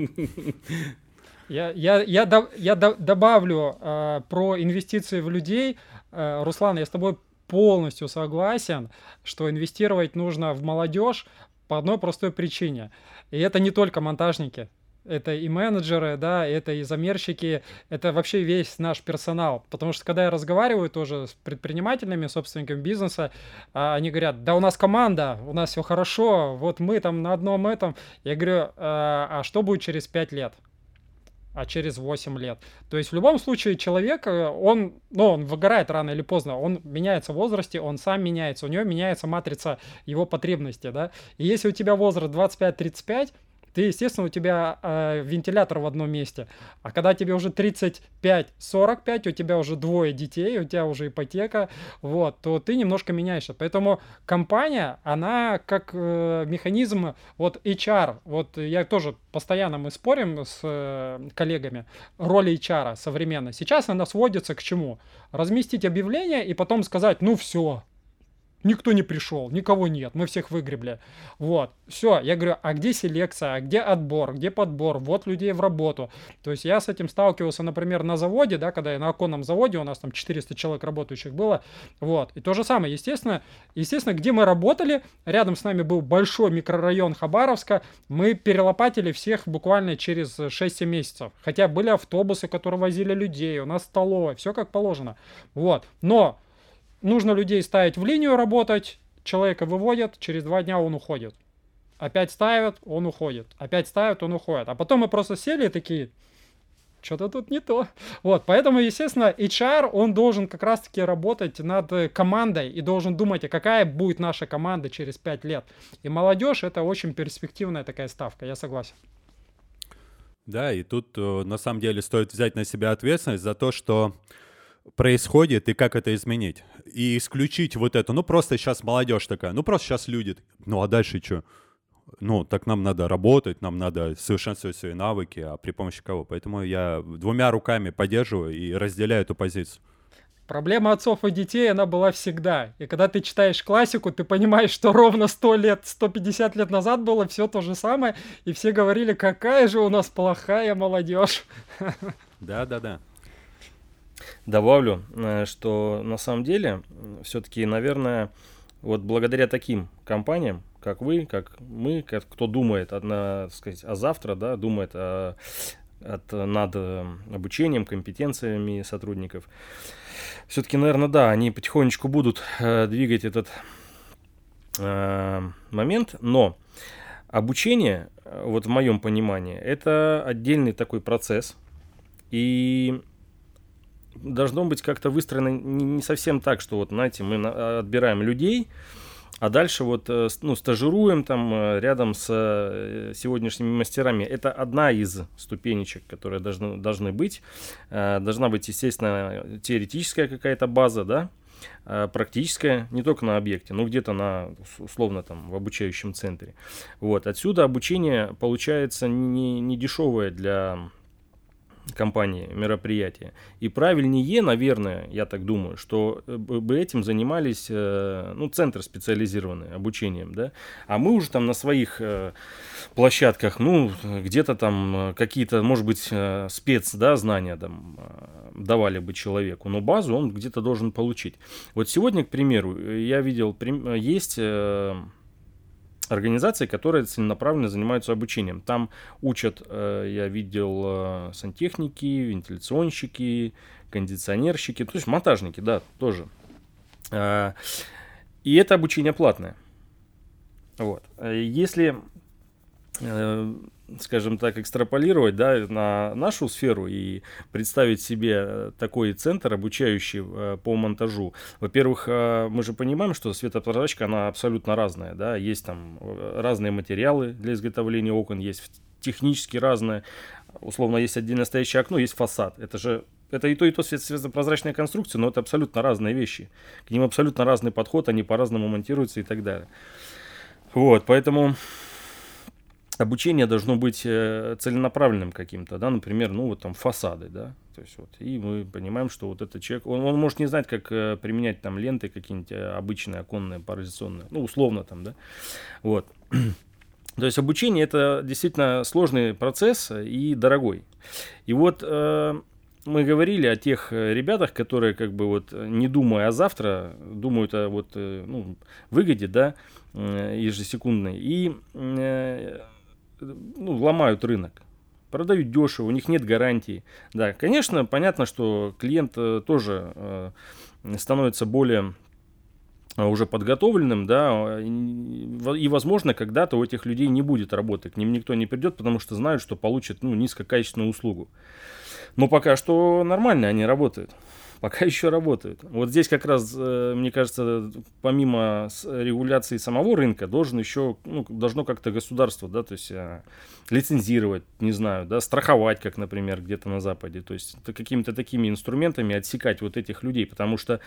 Я, я, я, до, я до, добавлю э, про инвестиции в людей. Э, Руслан, я с тобой полностью согласен, что инвестировать нужно в молодежь по одной простой причине. И это не только монтажники. Это и менеджеры, да, это и замерщики, это вообще весь наш персонал. Потому что когда я разговариваю тоже с предпринимателями, собственниками бизнеса, они говорят, да у нас команда, у нас все хорошо, вот мы там на одном этом. Я говорю, а что будет через пять лет? А через восемь лет. То есть в любом случае человек, он, ну, он выгорает рано или поздно, он меняется в возрасте, он сам меняется, у него меняется матрица его потребностей, да. И если у тебя возраст двадцать пять тридцать пять, ты, естественно, у тебя э, вентилятор в одном месте. А когда тебе уже тридцать пять сорок пять, у тебя уже двое детей, у тебя уже ипотека, вот, то ты немножко меняешься. Поэтому компания, она как э, механизм, вот эйч ар, вот я тоже постоянно мы спорим с э, коллегами, роль эйч ар современной. Сейчас она сводится к чему? Разместить объявление и потом сказать, ну все, никто не пришел, никого нет, мы всех выгребли. Вот, все, я говорю, а где селекция, а где отбор, где подбор, вот людей в работу. То есть я с этим сталкивался, например, на заводе, да, когда я на оконном заводе, у нас там четыреста человек работающих было, вот. И то же самое, естественно, естественно, где мы работали, рядом с нами был большой микрорайон Хабаровска, мы перелопатили всех буквально через шесть-семь месяцев. Хотя были автобусы, которые возили людей, у нас столовая, все как положено. Вот, но нужно людей ставить в линию работать, человека выводят, через два дня он уходит. Опять ставят, он уходит. Опять ставят, он уходит. А потом мы просто сели и такие, что-то тут не то. Вот, поэтому, естественно, эйч ар, он должен как раз-таки работать над командой и должен думать, а какая будет наша команда через пять лет. И молодежь — это очень перспективная такая ставка, я согласен. Да, и тут на самом деле стоит взять на себя ответственность за то, что происходит и как это изменить. И исключить вот это. Ну, просто сейчас молодежь такая, ну, просто сейчас люди. Ну, а дальше что? Ну, так нам надо работать, нам надо совершенствовать свои навыки, а при помощи кого? Поэтому я двумя руками поддерживаю и разделяю эту позицию. Проблема отцов и детей, она была всегда. И когда ты читаешь классику, ты понимаешь, что ровно сто лет, сто пятьдесят лет назад было все то же самое, и все говорили, какая же у нас плохая молодежь. Да-да-да. Добавлю, что на самом деле, все-таки, наверное, вот благодаря таким компаниям, как вы, как мы, как кто думает, одна, так сказать, о завтра, да, думает о, от, над обучением, компетенциями сотрудников, все-таки, наверное, да, они потихонечку будут э, двигать этот э, момент, но обучение, вот в моем понимании, это отдельный такой процесс, и должно быть как-то выстроено не совсем так, что вот, знаете, мы отбираем людей, а дальше вот, ну, стажируем там рядом с сегодняшними мастерами. Это одна из ступенечек, которые должны, должны быть. Должна быть, естественно, теоретическая какая-то база, да, практическая, не только на объекте, но где-то на, условно, там, в обучающем центре. Вот. Отсюда обучение получается не, не дешевое для компании, мероприятия. И правильнее, наверное, я так думаю, что бы этим занимались, ну, центры специализированные обучением, да, а мы уже там на своих площадках, ну, где-то там какие-то, может быть, спец, да, знания там давали бы человеку, но базу он где-то должен получить. Вот сегодня, к примеру, я видел, есть организации, которые целенаправленно занимаются обучением. Там учат, э, я видел, э, сантехники, вентиляционщики, кондиционерщики, то есть монтажники, да, тоже. Э, и это обучение платное. Вот. Если, э, скажем так, экстраполировать, да, на нашу сферу и представить себе такой центр, обучающий э, по монтажу. Во-первых, э, мы же понимаем, что светопрозрачка, она абсолютно разная, да, есть там разные материалы для изготовления окон, есть технически разные, условно, есть отдельно стоящее окно, есть фасад. Это же это и то, и то светопрозрачная конструкция, но это абсолютно разные вещи. К ним абсолютно разный подход, они по-разному монтируются и так далее. Вот, поэтому обучение должно быть целенаправленным каким-то, да, например, ну вот там фасады, да, то есть вот, и мы понимаем, что вот этот человек, он, он может не знать, как применять там ленты какие-нибудь обычные, оконные, паразиционные, ну, условно там, да, вот. То есть обучение это действительно сложный процесс и дорогой. И вот э, мы говорили о тех ребятах, которые как бы вот не думая о завтра, думают о вот, ну, выгоде, да, ежесекундной, и э, ну, ломают рынок, продают дешево, у них нет гарантии. Да, конечно, понятно, что клиент тоже э, становится более уже подготовленным, да, и, и, возможно, когда-то у этих людей не будет работы, к ним никто не придет, потому что знают, что получат, ну, низкокачественную услугу. Но пока что нормально они работают. Пока еще работают. Вот здесь как раз, мне кажется, помимо регуляции самого рынка, должен еще, ну, должно как-то государство, да, то есть лицензировать, не знаю, да, страховать, как, например, где-то на Западе, то есть какими-то такими инструментами отсекать вот этих людей, потому что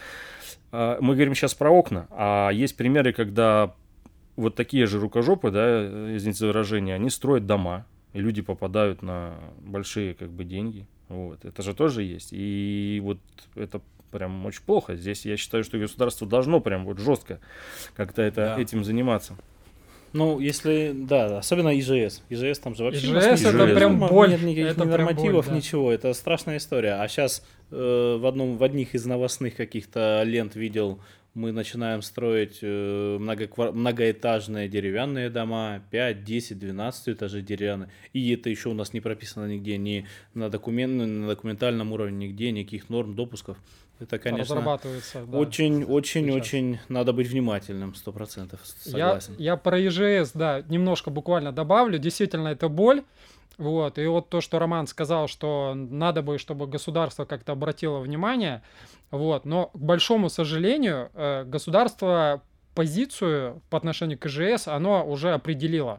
мы говорим сейчас про окна, а есть примеры, когда вот такие же рукожопы, да, извините за выражение, они строят дома, и люди попадают на большие, как бы, деньги. Вот, это же тоже есть. И вот это прям очень плохо. Здесь я считаю, что государство должно прям вот жестко как-то это, да. этим заниматься. Ну, если, да, особенно ИЖС. ИЖС там же вообще... ИЖС это ИЖС. Прям боль. Нет никаких это нормативов, боль, да. ничего. Это страшная история. А сейчас э, в, одном, в одних из новостных каких-то лент видел, мы начинаем строить э, много, многоэтажные деревянные дома, пять, десять, двенадцать этажей деревянные. И это еще у нас не прописано нигде, ни на, документ, на документальном уровне, нигде, никаких норм, допусков. Это, конечно, разрабатывается, да, очень, очень, сейчас. очень надо быть внимательным, сто процентов, согласен. Я, я про ИЖС, да, немножко буквально добавлю. Действительно, это боль. Вот, и вот то, что Роман сказал, что надо бы, чтобы государство как-то обратило внимание, вот, но, к большому сожалению, государство позицию по отношению к ИЖС, оно уже определило.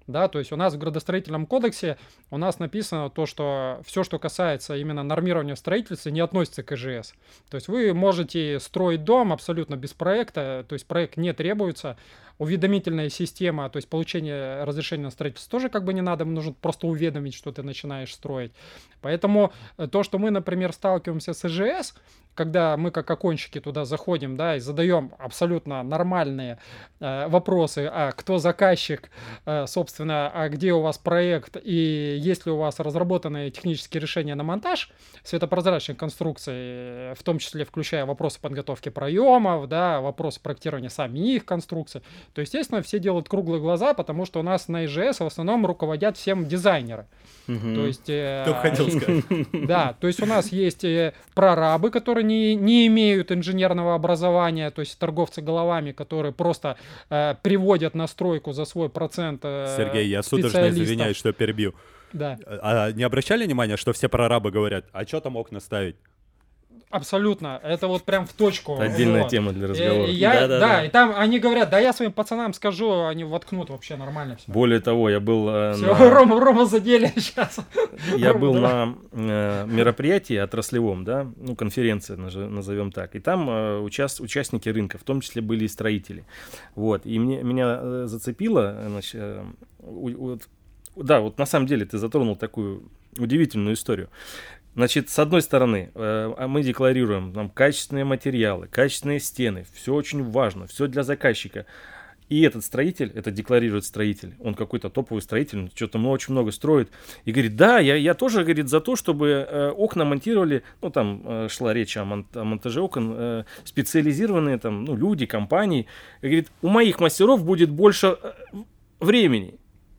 Да, то есть у нас в градостроительном кодексе у нас написано то, что все, что касается именно нормирования строительства, не относится к ИЖС. То есть вы можете строить дом абсолютно без проекта, то есть проект не требуется. Уведомительная система, то есть получение разрешения на строительство тоже как бы не надо, нужно просто уведомить, что ты начинаешь строить. Поэтому то, что мы, например, сталкиваемся с ИЖС, когда мы как окончики туда заходим, да, и задаем абсолютно нормальные э, вопросы, а кто заказчик, э, собственно, а где у вас проект и есть ли у вас разработанные технические решения на монтаж светопрозрачных конструкций, в том числе включая вопросы подготовки проемов, да, вопросы проектирования самих конструкций, то, естественно, все делают круглые глаза, потому что у нас на ИЖС в основном руководят всем дизайнеры. Угу. То есть, э, Только хотел сказать. Да, то есть у нас есть э, прорабы, которые не, не имеют инженерного образования, то есть торговцы головами, которые просто э, приводят на стройку за свой процент э, Сергей, я судорожно извиняюсь, что перебью. Да. А не обращали внимания, что все прорабы говорят, а что там окна ставить? Абсолютно. Это вот прям в точку. Отдельная вот. тема для разговора. И, я, да, да, да, и там они говорят, да я своим пацанам скажу, они воткнут вообще нормально все. Более того, я был... Э, все, на... Рома, Рома задели сейчас. Я был на э, мероприятии отраслевом, да, ну, конференция, назовем так. И там э, участ... участники рынка, в том числе были и строители. Вот. И мне, меня э, зацепило, значит, э, у, у, да, вот на самом деле ты затронул такую удивительную историю. Значит, с одной стороны, э, мы декларируем нам качественные материалы, качественные стены, все очень важно, все для заказчика. И этот строитель, это декларирует строитель, он какой-то топовый строитель, что-то очень много строит, и говорит, да, я, я тоже, говорит, за то, чтобы э, окна монтировали, ну, там э, шла речь о, мон- о монтаже окон, э, специализированные там, ну, люди, компании. И говорит, у моих мастеров будет больше э, времени.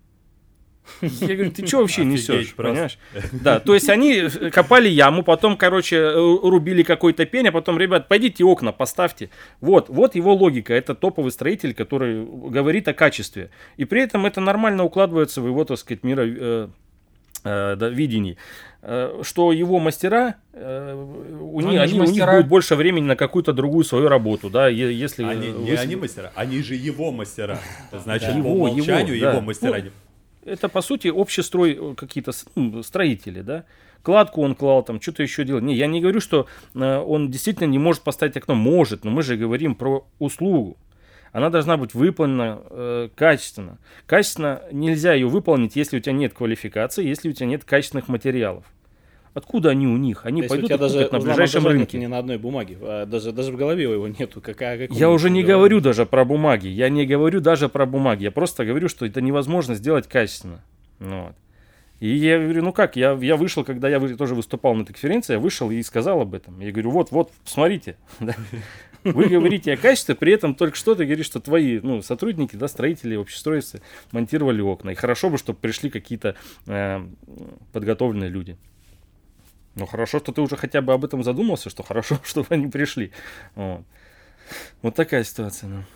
Я говорю, ты что вообще несешь, понимаешь? Да, то есть они копали яму, потом, короче, рубили какой-то пень, а потом, ребят, пойдите окна поставьте. Вот, вот его логика. Это топовый строитель, который говорит о качестве. И при этом это нормально укладывается в его, так сказать, миро, э, э, да, видении. Э, что его мастера, э, у, них, они, мастера... у них будет больше времени на какую-то другую свою работу. Да, если они, вы... Не они мастера, они же его мастера. Значит, да. по его, умолчанию его, его да. мастера. Ну, это, по сути, общий строй какие-то ну, строители, да. Кладку он клал, там, что-то еще делал. Не, я не говорю, что э, он действительно не может поставить окно. Может, но мы же говорим про услугу. Она должна быть выполнена э, качественно. Качественно нельзя ее выполнить, если у тебя нет квалификации, если у тебя нет качественных материалов. Откуда они у них? Они пойдут и купят на ближайшем рынке. Не на одной бумаге, а даже, даже в голове его нету. Какая, я уже не говорю даже про бумаги. Я не говорю даже про бумаги. Я просто говорю, что это невозможно сделать качественно. Вот. И я говорю, ну как, я, я вышел, когда я тоже выступал на этой конференции, я вышел и сказал об этом. Я говорю, вот, вот, смотрите. Вы говорите о качестве, при этом только что ты говоришь, что твои ну, сотрудники, да, строители, общестроицы монтировали окна. И хорошо бы, чтобы пришли какие-то э, подготовленные люди. Ну, хорошо, что ты уже хотя бы об этом задумался, что хорошо, чтобы они пришли. Вот, вот такая ситуация. Ну.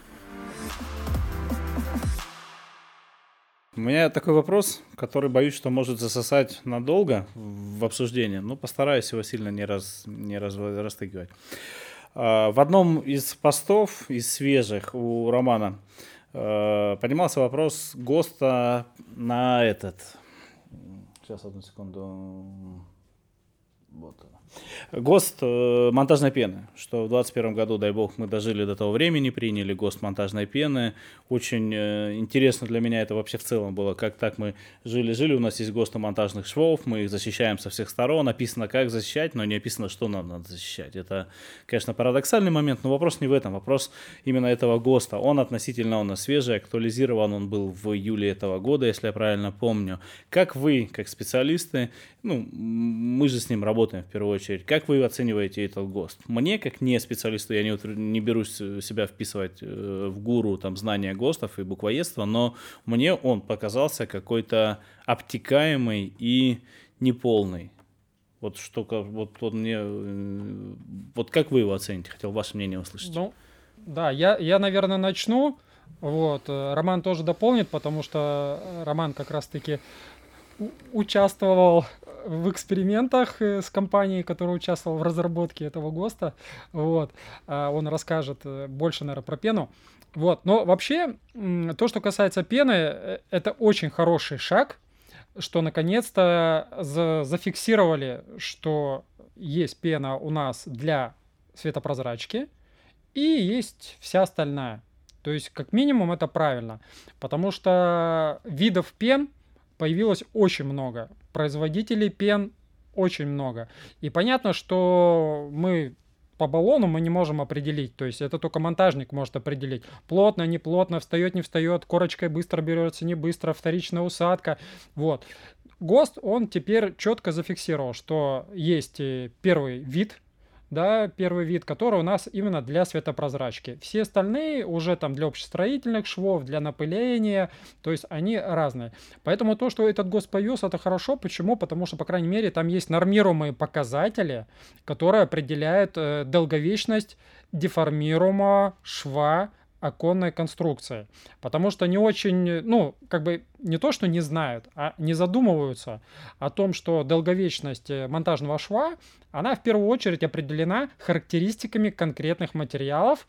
У меня такой вопрос, который, боюсь, что может засосать надолго в обсуждение, но постараюсь его сильно не, раз, не раз, растыкивать. В одном из постов, из свежих у Романа, поднимался вопрос ГОСТа на этот... Сейчас, одну секунду... Вот. ГОСТ э, монтажной пены, что в двадцать первом году, дай бог, мы дожили до того времени, приняли ГОСТ монтажной пены. Очень э, интересно для меня это вообще в целом было, как так мы жили-жили, у нас есть ГОСТ монтажных швов, мы их защищаем со всех сторон, написано, как защищать, но не описано, что нам надо защищать. Это, конечно, парадоксальный момент, но вопрос не в этом, вопрос именно этого ГОСТа. Он относительно у нас свежий, актуализирован он был в июле этого года, если я правильно помню. Как вы, как специалисты, ну, мы же с ним работаем в первую очередь, как вы оцениваете этот ГОСТ? Мне, как не специалисту, я не, не берусь себя вписывать в гуру там, знания ГОСТов и буквоедства, но мне он показался какой-то обтекаемый и неполный. Вот что, вот, вот мне, вот как вы его оцените? Хотел ваше мнение услышать. Ну, да, я, я, наверное, начну. Вот, Роман тоже дополнит, потому что Роман как раз-таки участвовал в экспериментах с компанией, которая участвовала в разработке этого ГОСТа. Вот. Он расскажет больше, наверное, про пену. Вот. Но вообще, то, что касается пены, это очень хороший шаг, что наконец-то за- зафиксировали, что есть пена у нас для светопрозрачки и есть вся остальная. То есть, как минимум, это правильно, потому что видов пен появилось очень много, производителей пен очень много. И понятно, что мы по баллону мы не можем определить, то есть это только монтажник может определить, плотно, не плотно, встает, не встает, корочкой быстро берется, не быстро, вторичная усадка, вот. ГОСТ, он теперь четко зафиксировал, что есть первый вид, да, первый вид, который у нас именно для светопрозрачки. Все остальные уже там для общестроительных швов, для напыления, то есть они разные. Поэтому то, что этот ГОСТ появился, это хорошо. Почему? Потому что, по крайней мере, там есть нормируемые показатели, которые определяют э, долговечность деформируемого шва оконной конструкции. Потому что не очень, ну, как бы не то, что не знают, а не задумываются о том, что долговечность монтажного шва, она в первую очередь определена характеристиками конкретных материалов,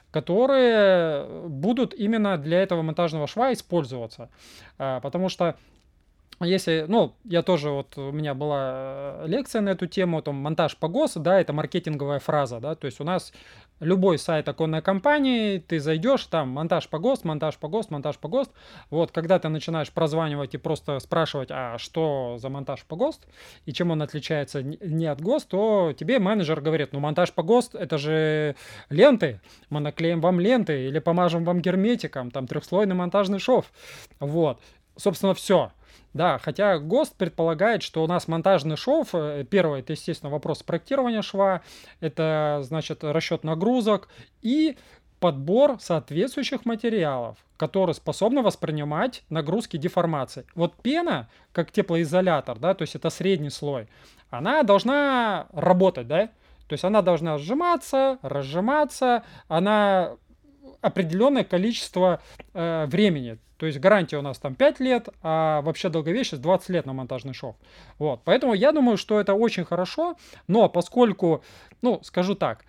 которые будут именно для этого монтажного шва использоваться. Потому что если, ну, я тоже, вот у меня была лекция на эту тему, там, монтаж по ГОСТу, да, это маркетинговая фраза, да, то есть у нас любой сайт оконной компании, ты зайдешь, там, монтаж по ГОСТ, монтаж по ГОСТ, монтаж по ГОСТ, вот, когда ты начинаешь прозванивать и просто спрашивать, а что за монтаж по ГОСТ, и чем он отличается не от ГОСТ, то тебе менеджер говорит, ну, монтаж по ГОСТ, это же ленты, мы наклеим вам ленты, или помажем вам герметиком, там, трехслойный монтажный шов, вот, собственно, все. Да, хотя ГОСТ предполагает, что у нас монтажный шов, первое, это, естественно, вопрос проектирования шва, это, значит, расчет нагрузок и подбор соответствующих материалов, которые способны воспринимать нагрузки деформации. Вот пена, как теплоизолятор, да, то есть это средний слой, она должна работать, да, то есть она должна сжиматься, разжиматься, она определенное количество э, времени. То есть гарантия у нас там пять лет, а вообще долговечность двадцать лет на монтажный шов. Вот. Поэтому я думаю, что это очень хорошо, но поскольку, ну, скажу так,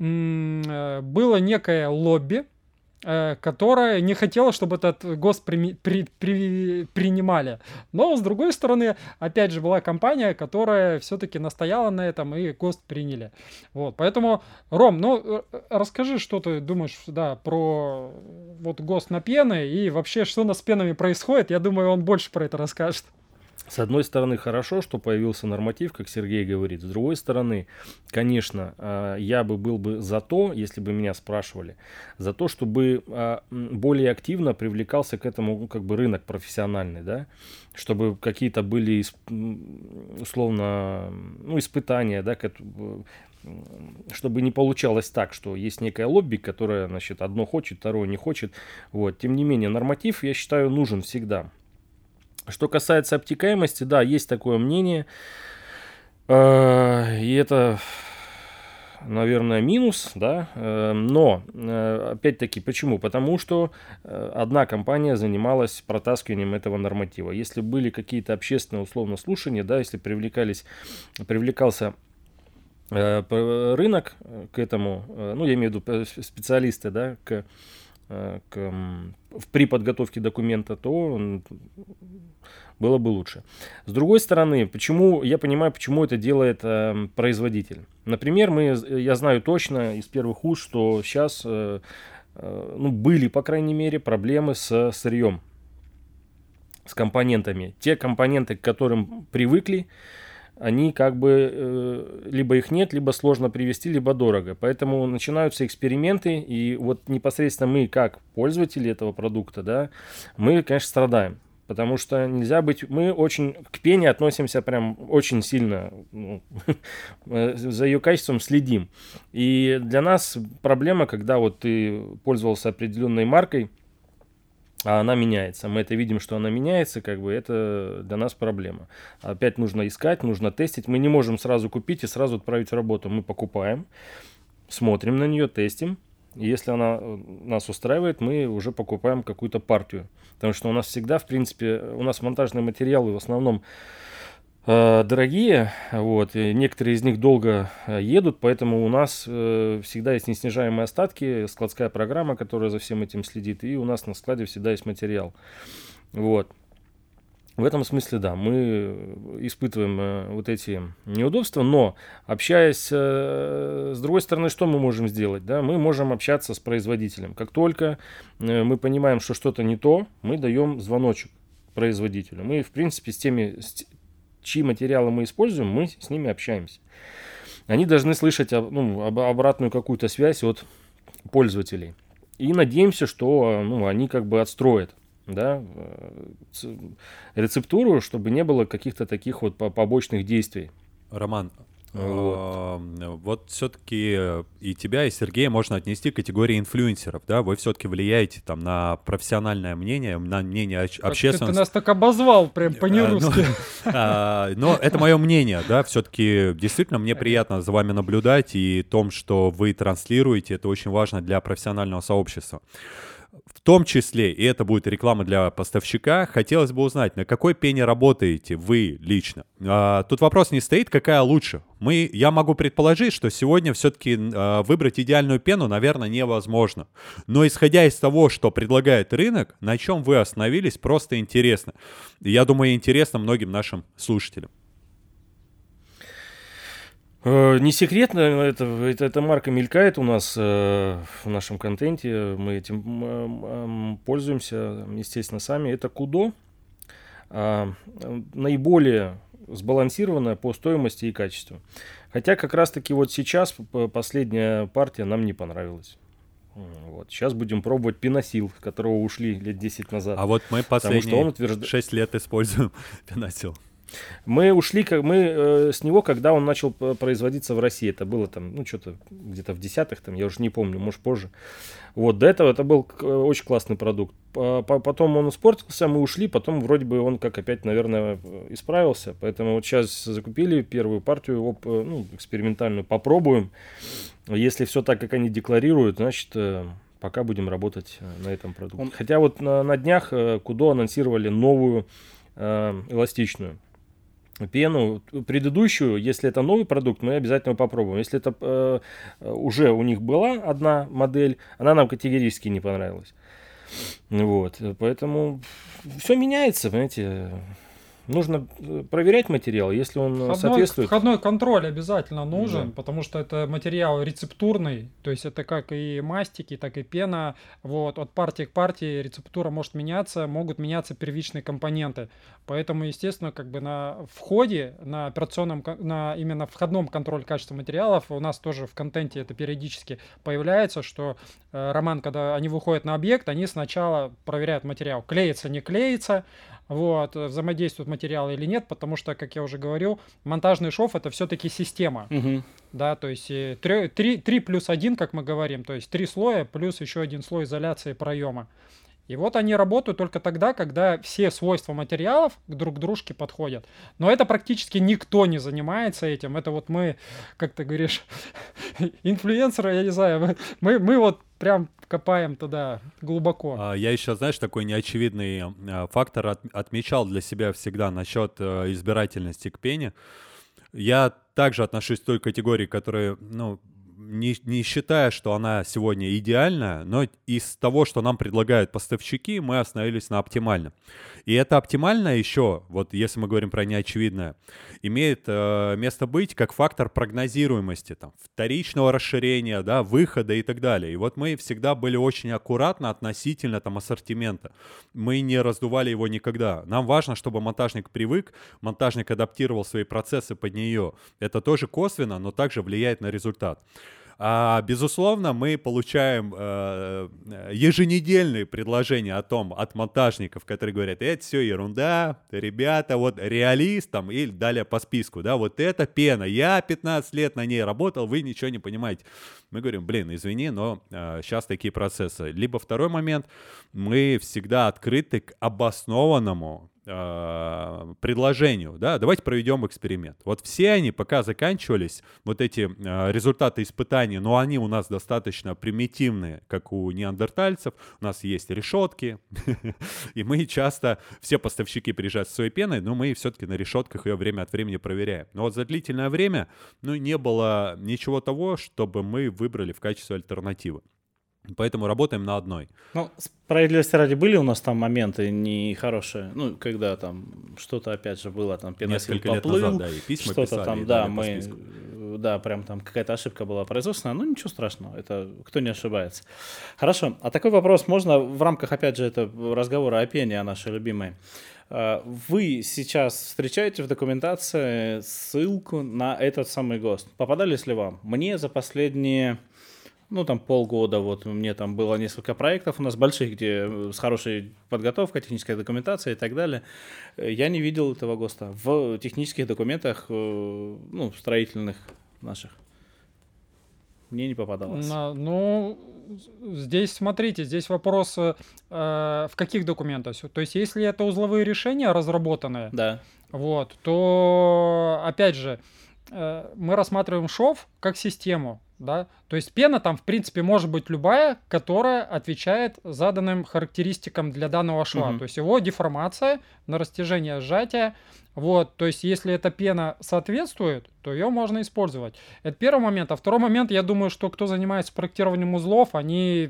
м- было некое лобби, э, которое не хотело, чтобы этот ГОСТ при- при- при- принимали. Но, с другой стороны, опять же, была компания, которая все-таки настояла на этом, и ГОСТ приняли. Вот. Поэтому, Ром, ну, расскажи, что ты думаешь, да, про вот ГОСТ на пены и вообще, что у нас с пенами происходит. Я думаю, он больше про это расскажет. С одной стороны, хорошо, что появился норматив, как Сергей говорит. С другой стороны, конечно, я бы был бы за то, если бы меня спрашивали, за то, чтобы более активно привлекался к этому как бы рынок профессиональный, да, чтобы какие-то были условно, ну, испытания, да, чтобы не получалось так, что есть некое лобби, которое, значит, одно хочет, второе не хочет. Вот. Тем не менее, норматив, я считаю, нужен всегда. Что касается обтекаемости, да, есть такое мнение, и это, наверное, минус, да, но, опять-таки, почему? Потому что одна компания занималась протаскиванием этого норматива. Если были какие-то общественные, условно, слушания, да, если привлекались, привлекался рынок к этому, ну, я имею в виду специалисты, да, к К, при подготовке документа, то было бы лучше. С другой стороны, почему, я понимаю, почему это делает э, производитель. Например, мы, я знаю точно из первых уст, что сейчас э, э, ну, были, по крайней мере, проблемы с сырьем, с компонентами. Те компоненты, к которым привыкли, они как бы э, либо их нет, либо сложно привезти, либо дорого. Поэтому начинаются эксперименты, и вот непосредственно мы, как пользователи этого продукта, да, мы, конечно, страдаем. Потому что нельзя быть... Мы очень к пене относимся прям очень сильно, ну, за ее качеством следим. И для нас проблема, когда вот ты пользовался определенной маркой, а она меняется. Мы это видим, что она меняется, как бы это для нас проблема. Опять нужно искать, нужно тестить. Мы не можем сразу купить и сразу отправить в работу. Мы покупаем, смотрим на нее, тестим. И если она нас устраивает, мы уже покупаем какую-то партию. Потому что у нас всегда, в принципе, у нас монтажные материалы в основном дорогие, вот, и некоторые из них долго едут, поэтому у нас всегда есть неснижаемые остатки, складская программа, которая за всем этим следит, и у нас на складе всегда есть материал. Вот. В этом смысле, да, мы испытываем вот эти неудобства, но общаясь с другой стороны, что мы можем сделать? Да? Мы можем общаться с производителем. Как только мы понимаем, что что-то не то, мы даем звоночек производителю. Мы, в принципе, с теми, чьи материалы мы используем, мы с ними общаемся. Они должны слышать ну, обратную какую-то связь от пользователей. И надеемся, что ну, они как бы отстроят, да, рецептуру, чтобы не было каких-то таких вот побочных действий. Роман, вот, вот все-таки и тебя, и Сергея можно отнести к категории инфлюенсеров, да? Вы все-таки влияете там на профессиональное мнение, на мнение общественности. Ты нас так обозвал прям по-нерусски. Но это мое мнение, да, все-таки действительно мне приятно за вами наблюдать, и том, что вы транслируете, это очень важно для профессионального сообщества. В том числе, и это будет реклама для поставщика, хотелось бы узнать, на какой пене работаете вы лично. А, тут вопрос не стоит, какая лучше. Мы, я могу предположить, что сегодня все-таки а, выбрать идеальную пену, наверное, невозможно. Но исходя из того, что предлагает рынок, на чем вы остановились, просто интересно. Я думаю, интересно многим нашим слушателям. Не секретно, это, это, эта марка мелькает у нас э, в нашем контенте, мы этим э, пользуемся, естественно, сами. Это Кудо, э, наиболее сбалансированная по стоимости и качеству. Хотя как раз-таки вот сейчас последняя партия нам не понравилась. Вот. Сейчас будем пробовать Пеносил, с которого ушли лет десять назад. А вот мы последние утвержд... шесть лет используем Пеносил. Мы ушли, как мы э, с него, когда он начал производиться в России. Это было там, ну, что-то где-то в десятых, там, я уже не помню, может, позже. Вот, до этого это был очень классный продукт. Потом он испортился, мы ушли, потом вроде бы он как опять, наверное, исправился. Поэтому вот сейчас закупили первую партию, оп, ну, экспериментальную, попробуем. Если все так, как они декларируют, значит, пока будем работать на этом продукте. Хотя вот на, на днях Кудо анонсировали новую э, эластичную пену. Предыдущую, если это новый продукт, мы обязательно попробуем. Если это э, уже у них была одна модель, она нам категорически не понравилась. Вот, поэтому все меняется, понимаете. Нужно проверять материал, если он входной, соответствует. Входной контроль обязательно нужен, да. Потому что это материал рецептурный, то есть это как и мастики, так и пена. Вот, от партии к партии рецептура может меняться, могут меняться первичные компоненты. Поэтому, естественно, как бы на входе, на операционном, на именно входном контроле качества материалов у нас тоже в контенте это периодически появляется, что э, Роман, когда они выходят на объект, они сначала проверяют материал, клеится, не клеится. Вот, взаимодействует материал или нет, потому что, как я уже говорил, монтажный шов это все-таки система, угу. Да, то есть три плюс один, как мы говорим, то есть три слоя плюс еще один слой изоляции проема. И вот они работают только тогда, когда все свойства материалов друг к дружке подходят. Но это практически никто не занимается этим. Это вот мы, как ты говоришь, инфлюенсеры, я не знаю, мы, мы вот прям копаем туда глубоко. Я еще, знаешь, такой неочевидный фактор от, отмечал для себя всегда насчет избирательности к пене. Я также отношусь к той категории, которая, ну, Не, не считая, что она сегодня идеальная, но из того, что нам предлагают поставщики, мы остановились на оптимальном. И это оптимальное еще, вот если мы говорим про неочевидное, имеет э, место быть как фактор прогнозируемости, там, вторичного расширения, да, выхода и так далее. И вот мы всегда были очень аккуратны относительно там, ассортимента. Мы не раздували его никогда. Нам важно, чтобы монтажник привык, монтажник адаптировал свои процессы под нее. Это тоже косвенно, но также влияет на результат. А, безусловно, мы получаем э, еженедельные предложения о том от монтажников, которые говорят, это все ерунда, ребята, вот реалист там, и далее по списку, да, вот это пена, я пятнадцать лет на ней работал, вы ничего не понимаете. Мы говорим, блин, извини, но э, сейчас такие процессы. Либо второй момент, мы всегда открыты к обоснованному э, предложению, да, давайте проведем эксперимент. Вот все они, пока заканчивались, вот эти э, результаты испытаний, но они у нас достаточно примитивные, как у неандертальцев, у нас есть решетки, и мы часто, все поставщики приезжают со своей пеной, но мы все-таки на решетках ее время от времени проверяем. Но вот за длительное время, ну, не было ничего того, чтобы мы выбрали в качестве альтернативы. Поэтому работаем на одной. Ну, справедливости ради, были у нас там моменты нехорошие, ну, когда там что-то опять же было, там пеносил поплыл, несколько лет назад, да, и письма что-то писали, там, да, мы, да, прям там какая-то ошибка была производственная, ну, ничего страшного, это кто не ошибается. Хорошо, а такой вопрос можно в рамках, опять же, этого разговора о пене, о нашей любимой. Вы сейчас встречаете в документации ссылку на этот самый ГОСТ? Попадались ли вам? Мне за последние... Ну, там полгода, вот, мне там было несколько проектов у нас больших, где с хорошей подготовкой, технической документацией и так далее. Я не видел этого ГОСТа в технических документах, ну, строительных наших. Мне не попадалось. На, ну, здесь, смотрите, здесь вопрос, э, в каких документах. То есть, если это узловые решения разработанные, да. вот, то, опять же, э, мы рассматриваем шов как систему. Да? То есть пена там, в принципе, может быть любая, которая отвечает заданным характеристикам для данного шва. Uh-huh. То есть его деформация на растяжение сжатия. Вот, то есть если эта пена соответствует, то ее можно использовать. Это первый момент. А второй момент, я думаю, что кто занимается проектированием узлов, они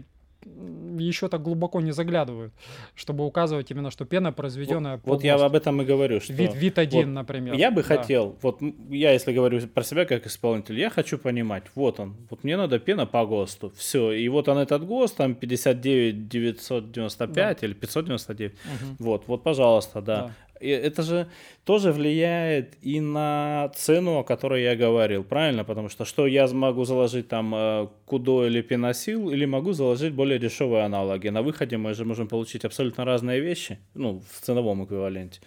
еще так глубоко не заглядывают, чтобы указывать именно, что пена произведенная вот, по Вот ГОСТу. Я об этом и говорю, что... Вид, вид один, вот например. Я бы да. хотел, вот я если говорю про себя как исполнитель, я хочу понимать, вот он, вот мне надо пена по ГОСТу, все, и вот он этот ГОСТ, там пятьдесят девять девятьсот девяносто пять да. или пятьсот девяносто девять, угу. вот, вот, пожалуйста, да. да. И это же тоже влияет и на цену, о которой я говорил, правильно? Потому что что я могу заложить там кудо или пеносил, или могу заложить более дешевые аналоги. На выходе мы же можем получить абсолютно разные вещи, ну, в ценовом эквиваленте.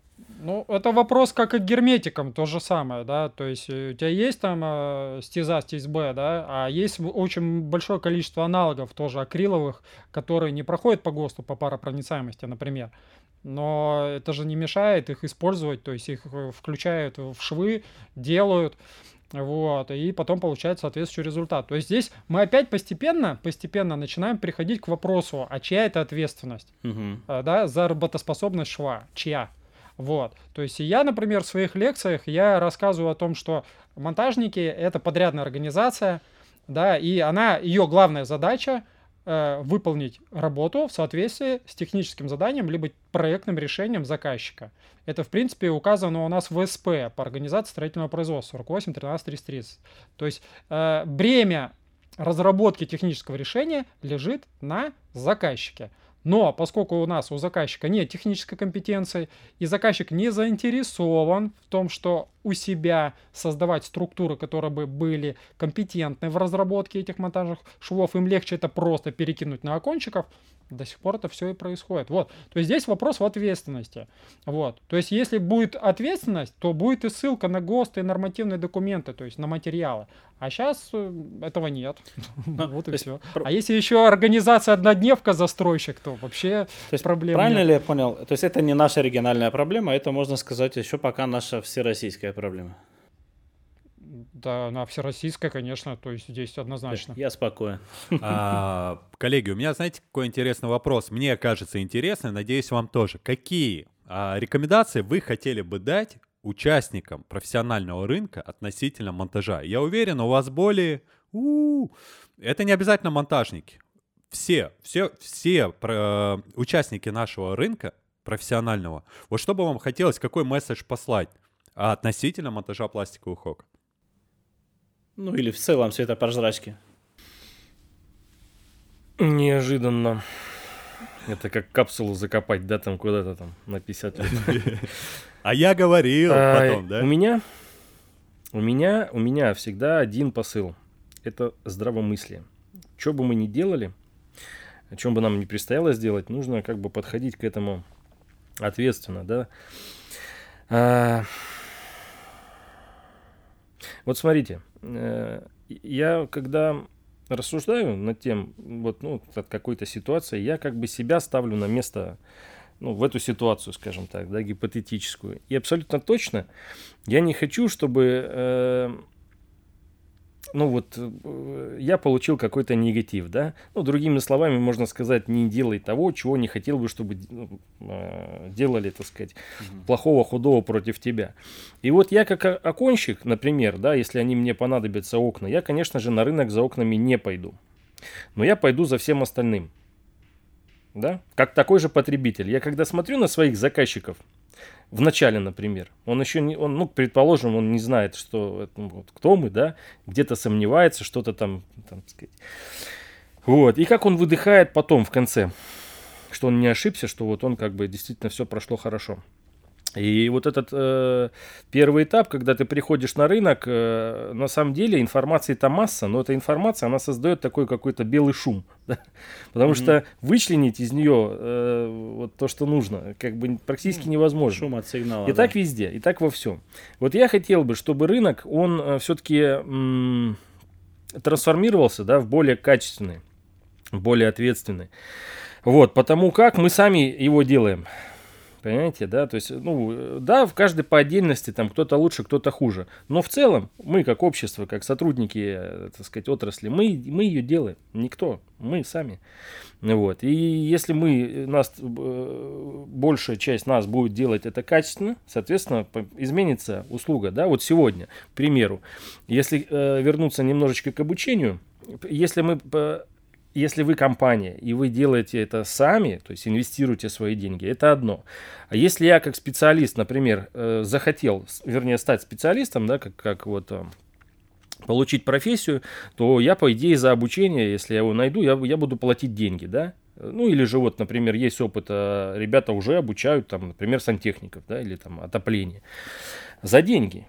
Ну, это вопрос как и к герметикам, то же самое, да, то есть у тебя есть там э, стез А, стез Б, да, а есть очень большое количество аналогов тоже акриловых, которые не проходят по ГОСТу, по паропроницаемости, например, но это же не мешает их использовать, то есть их включают в швы, делают, вот, и потом получается соответствующий результат. То есть здесь мы опять постепенно, постепенно начинаем переходить к вопросу, а чья это ответственность, угу. да, за работоспособность шва, чья? Вот, то есть я, например, в своих лекциях я рассказываю о том, что монтажники — это подрядная организация, да, и она, ее главная задача э, выполнить работу в соответствии с техническим заданием либо проектным решением заказчика. Это, в принципе, указано у нас в СП по организации строительного производства сорок восемь тринадцать триста тридцать. То есть э, бремя разработки технического решения лежит на заказчике. Но поскольку у нас у заказчика нет технической компетенции, и заказчик не заинтересован в том, что у себя создавать структуры, которые бы были компетентны в разработке этих монтажных швов, им легче это просто перекинуть на окончиков, до сих пор это все и происходит. Вот. То есть здесь вопрос в ответственности. Вот. То есть если будет ответственность, то будет и ссылка на ГОСТ и нормативные документы, то есть на материалы. А сейчас этого нет. Вот и все. А если еще организация однодневка застройщик, то вообще проблема. Правильно ли я понял? То есть это не наша региональная проблема, это, можно сказать, еще пока наша всероссийская проблема. Да, она всероссийская, конечно, то есть здесь однозначно. Я спокоен. А, коллеги, у меня, знаете, какой интересный вопрос? Мне кажется интересный, надеюсь, вам тоже. Какие а, рекомендации вы хотели бы дать участникам профессионального рынка относительно монтажа? Я уверен, у вас более... У-у-у. Это не обязательно монтажники. Все, все, все про, участники нашего рынка профессионального, вот что бы вам хотелось, какой месседж послать относительно монтажа пластиковых окон? Ну или в целом светопрозрачки. Неожиданно. Это как капсулу закопать, да, там куда-то там на пятьдесят лет. А я говорил потом, да? У меня, у меня, у меня всегда один посыл. Это здравомыслие. Что бы мы ни делали, о чем бы нам ни предстояло сделать, нужно как бы подходить к этому ответственно, да. А... Вот смотрите, я когда рассуждаю над тем, вот, ну, от какой-то ситуации, я как бы себя ставлю на место ну, в эту ситуацию, скажем так, да, гипотетическую. И абсолютно точно я не хочу, чтобы, э, ну вот, э, я получил какой-то негатив, да. Ну, другими словами, можно сказать, не делай того, чего не хотел бы, чтобы э, делали, так сказать, mm-hmm. плохого, худого против тебя. И вот я как оконщик, например, да, если они мне понадобятся окна, я, конечно же, на рынок за окнами не пойду. Но я пойду за всем остальным. Да? Как такой же потребитель. Я когда смотрю на своих заказчиков, в начале, например, он еще не, он, ну, предположим, он не знает, что, вот, кто мы, да, где-то сомневается, что-то там, там, так сказать. Вот. И как он выдыхает потом, в конце, что он не ошибся, что вот он как бы действительно все прошло хорошо. И вот этот э, первый этап, когда ты приходишь на рынок, э, на самом деле информации-то масса, но эта информация, она создает такой какой-то белый шум, да? Потому mm-hmm. что вычленить из нее э, вот то, что нужно, как бы практически невозможно. Шум от сигнала. И да. так везде, и так во всем. Вот я хотел бы, чтобы рынок, он э, все-таки м- трансформировался, да, в более качественный, в более ответственный. Вот, потому как мы сами его делаем. Понимаете, да, то есть, ну, да, в каждой по отдельности, там, кто-то лучше, кто-то хуже, но в целом мы, как общество, как сотрудники, так сказать, отрасли, мы, мы ее делаем, никто, мы сами, вот, и если мы, нас, большая часть нас будет делать это качественно, соответственно, изменится услуга, да, вот сегодня, к примеру, если э, вернуться немножечко к обучению, если мы... Если вы компания, и вы делаете это сами, то есть инвестируете свои деньги, это одно. А если я как специалист, например, захотел, вернее, стать специалистом, да, как, как вот получить профессию, то я, по идее, за обучение, если я его найду, я, я буду платить деньги, да. Ну, или же вот, например, есть опыт, ребята уже обучают, там, например, сантехников, да, или там отопление за деньги.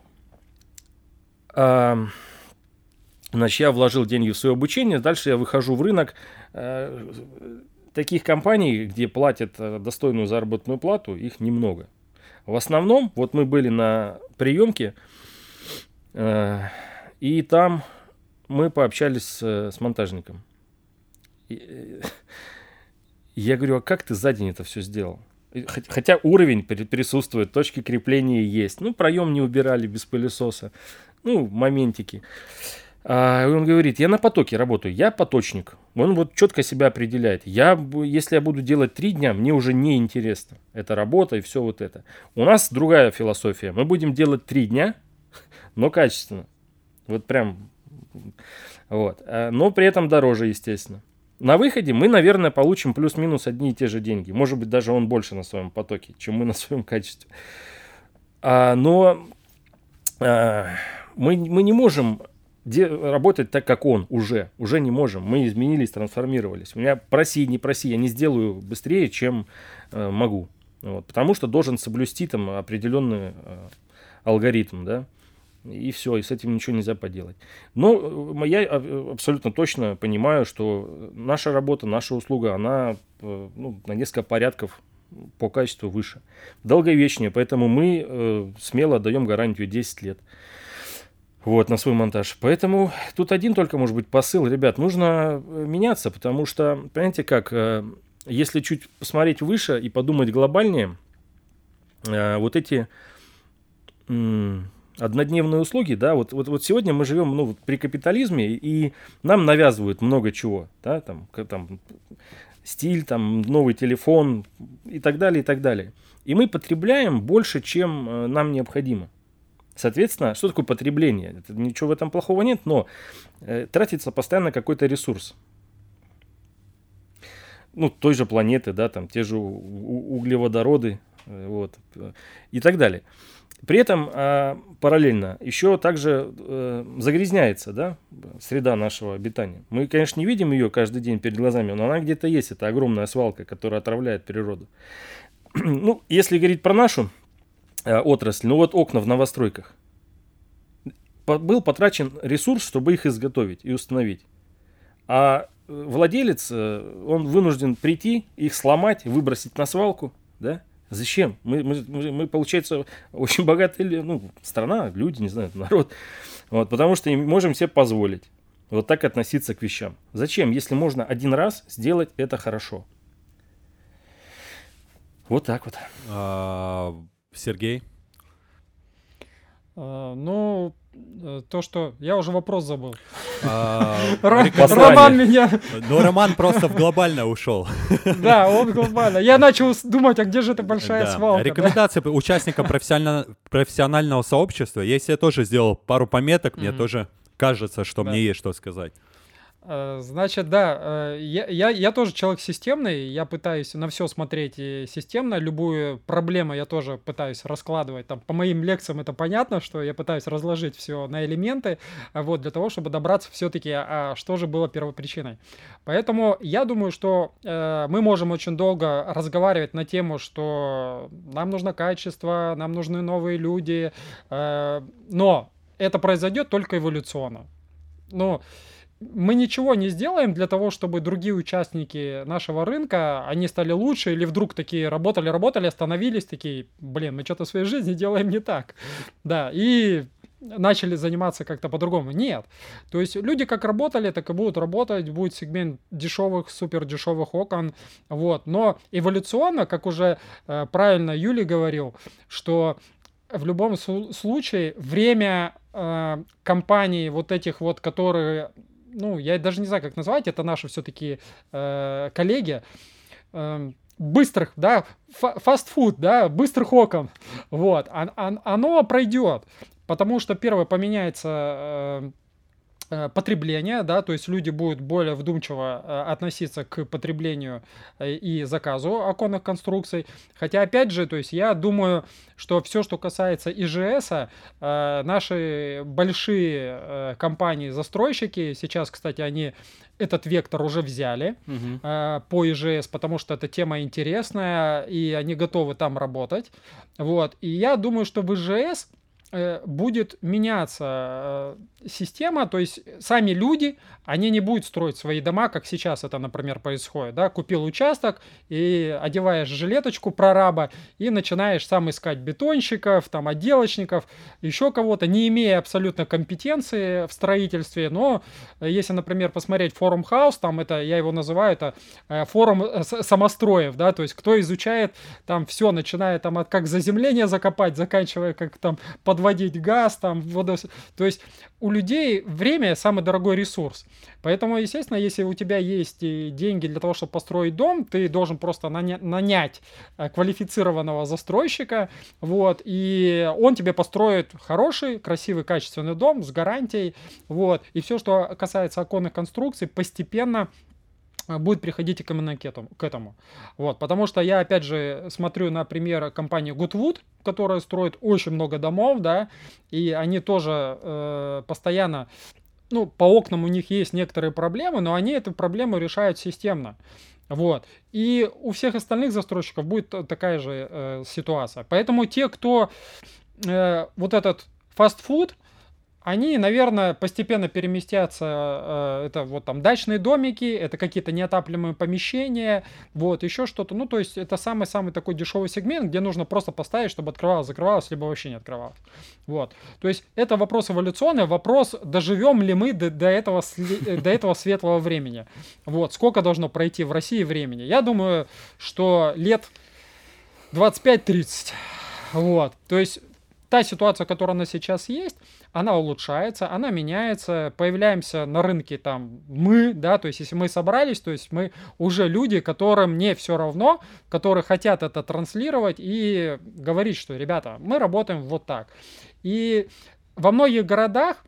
Значит, я вложил деньги в свое обучение, дальше я выхожу в рынок э, таких компаний, где платят достойную заработную плату, их немного. В основном, вот мы были на приемке, э, и там мы пообщались с, с монтажником. И, э, я говорю, а как ты за день это все сделал? Хотя уровень присутствует, точки крепления есть. Ну, проем не убирали без пылесоса, ну, моментики. А он говорит, я на потоке работаю, я поточник. Он вот четко себя определяет. Я, если я буду делать три дня, мне уже не интересно. Это работа и все вот это. У нас другая философия. Мы будем делать три дня, но качественно. Вот прям. Вот. Но при этом дороже, естественно. На выходе мы, наверное, получим плюс-минус одни и те же деньги. Может быть, даже он больше на своем потоке, чем мы на своем качестве. А, но а, мы, мы не можем... работать так, как он уже. Уже не можем. Мы изменились, трансформировались. У меня проси, не проси, я не сделаю быстрее, чем э, могу. Вот. Потому что должен соблюсти там определенный э, алгоритм, да. И все, и с этим ничего нельзя поделать. Но я абсолютно точно понимаю, что наша работа, наша услуга, она э, ну, на несколько порядков по качеству выше. Долговечнее, поэтому мы э, смело даем гарантию десять лет. Вот, на свой монтаж. Поэтому тут один только может быть посыл. Ребят, нужно меняться, потому что, понимаете как, если чуть посмотреть выше и подумать глобальнее, вот эти однодневные услуги, да, вот, вот, вот сегодня мы живем ну, при капитализме, и нам навязывают много чего, да, там, там стиль, там, новый телефон и так далее, и так далее. И мы потребляем больше, чем нам необходимо. Соответственно, что такое потребление? Это, ничего в этом плохого нет, но э, тратится постоянно какой-то ресурс. Ну, той же планеты, да, там, те же у- углеводороды, э, вот, э, и так далее. При этом э, параллельно еще также э, загрязняется, да, среда нашего обитания. Мы, конечно, не видим ее каждый день перед глазами, но она где-то есть. Это огромная свалка, которая отравляет природу. Ну, если говорить про нашу отрасль, ну вот окна в новостройках. Был потрачен ресурс, чтобы их изготовить и установить. А владелец, он вынужден прийти, их сломать, выбросить на свалку. Да? Зачем? Мы, мы, мы, получается, очень богатая ну, страна, люди, не знаю, народ. Вот, потому что можем себе позволить вот так относиться к вещам. Зачем, если можно один раз сделать это хорошо? Вот так вот. А, Сергей? А, ну, то, что... Я уже вопрос забыл. А, Роман меня... Ну, Роман просто в глобально ушел. Да, он глобально. Я начал думать, а где же эта большая свалка? Рекомендации участникам профессионального сообщества. Я себе тоже сделал пару пометок, мне тоже кажется, что мне есть что сказать. Значит, да, я, я, я тоже человек системный, я пытаюсь на все смотреть системно, любую проблему я тоже пытаюсь раскладывать, там, по моим лекциям это понятно, что я пытаюсь разложить все на элементы, вот, для того, чтобы добраться все-таки, а что же было первопричиной. Поэтому я думаю, что э, мы можем очень долго разговаривать на тему, что нам нужно качество, нам нужны новые люди, э, но это произойдет только эволюционно. Ну, мы ничего не сделаем для того, чтобы другие участники нашего рынка, они стали лучше, или вдруг такие работали, работали, остановились, такие, блин, мы что-то в своей жизни делаем не так. Да, и начали заниматься как-то по-другому. Нет. То есть люди как работали, так и будут работать, будет сегмент дешевых, супер дешевых окон, вот. Но эволюционно, как уже э, правильно Юлий говорил, что в любом случае время э, компаний вот этих вот, которые... ну, я даже не знаю, как назвать, это наши все-таки э, коллеги, э, быстрых, да, фастфуд, да, быстрых окон, вот, он, он, оно пройдет, потому что, первое, поменяется э, э, потребление, да, то есть люди будут более вдумчиво э, относиться к потреблению э, и заказу оконных конструкций, хотя, опять же, то есть я думаю, что все, что касается И Ж Эс, э, наши большие э, компании-застройщики, сейчас, кстати, они этот вектор уже взяли uh-huh. э, по И Ж Эс, потому что эта тема интересная, и они готовы там работать. Вот. И я думаю, что в И Ж Эс э, будет меняться э, система, то есть сами люди, они не будут строить свои дома, как сейчас это, например, происходит. Да? Купил участок и одеваешь жилеточку прораба и начинаешь сам искать бетонщиков, там, отделочников, еще кого-то, не имея абсолютно компетенции в строительстве. Но если, например, посмотреть форум хаус, там это, я его называю, это э, форум самостроев, да, то есть кто изучает там все, начиная там от как заземление закопать, заканчивая как там подводить газ, там, водос... то есть у людей время самый дорогой ресурс. Поэтому, естественно, если у тебя есть деньги для того, чтобы построить дом, ты должен просто наня- нанять квалифицированного застройщика, вот, и он тебе построит хороший, красивый, качественный дом с гарантией, вот, и все, что касается оконных конструкций, постепенно будет приходить именно к этому, к этому. Вот, потому что я, опять же, смотрю на пример компании Goodwood, которая строит очень много домов, да, и они тоже э, постоянно, ну, по окнам у них есть некоторые проблемы, но они эту проблему решают системно. Вот. И у всех остальных застройщиков будет такая же э, ситуация. Поэтому те, кто э, вот этот фастфуд, они, наверное, постепенно переместятся, э, это вот там дачные домики, это какие-то неотапливаемые помещения, вот, еще что-то. Ну, то есть это самый-самый такой дешевый сегмент, где нужно просто поставить, чтобы открывалось, закрывалось, либо вообще не открывалось. Вот. То есть это вопрос эволюционный, вопрос, доживем ли мы до, до, этого, до этого светлого времени. Вот. Сколько должно пройти в России времени? Я думаю, что лет двадцать пять тридцать. Вот. То есть та ситуация, которая у нас сейчас есть, она улучшается, она меняется, появляемся на рынке там мы, да, то есть если мы собрались, то есть мы уже люди, которым не все равно, которые хотят это транслировать и говорить, что, ребята, мы работаем вот так. И во многих городах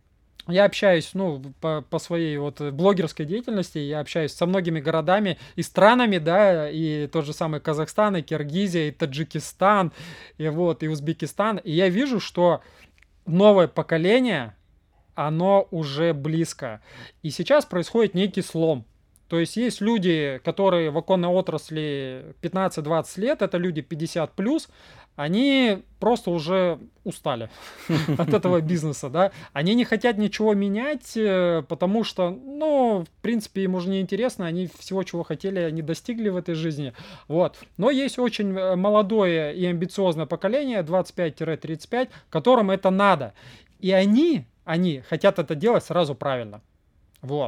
я общаюсь, ну, по, по своей вот блогерской деятельности, я общаюсь со многими городами и странами, да, и тот же самый Казахстан, и Киргизия, и Таджикистан, и вот, и Узбекистан, и я вижу, что новое поколение, оно уже близко, и сейчас происходит некий слом. То есть есть люди, которые в оконной отрасли пятнадцать-двадцать лет, это люди пятьдесят плюс, они просто уже устали от этого бизнеса, да. Они не хотят ничего менять, потому что, ну, в принципе, им уже не интересно, они всего, чего хотели, они достигли в этой жизни, вот. Но есть очень молодое и амбициозное поколение, двадцать пять тридцать пять, которым это надо. И они, они хотят это делать сразу правильно, вот.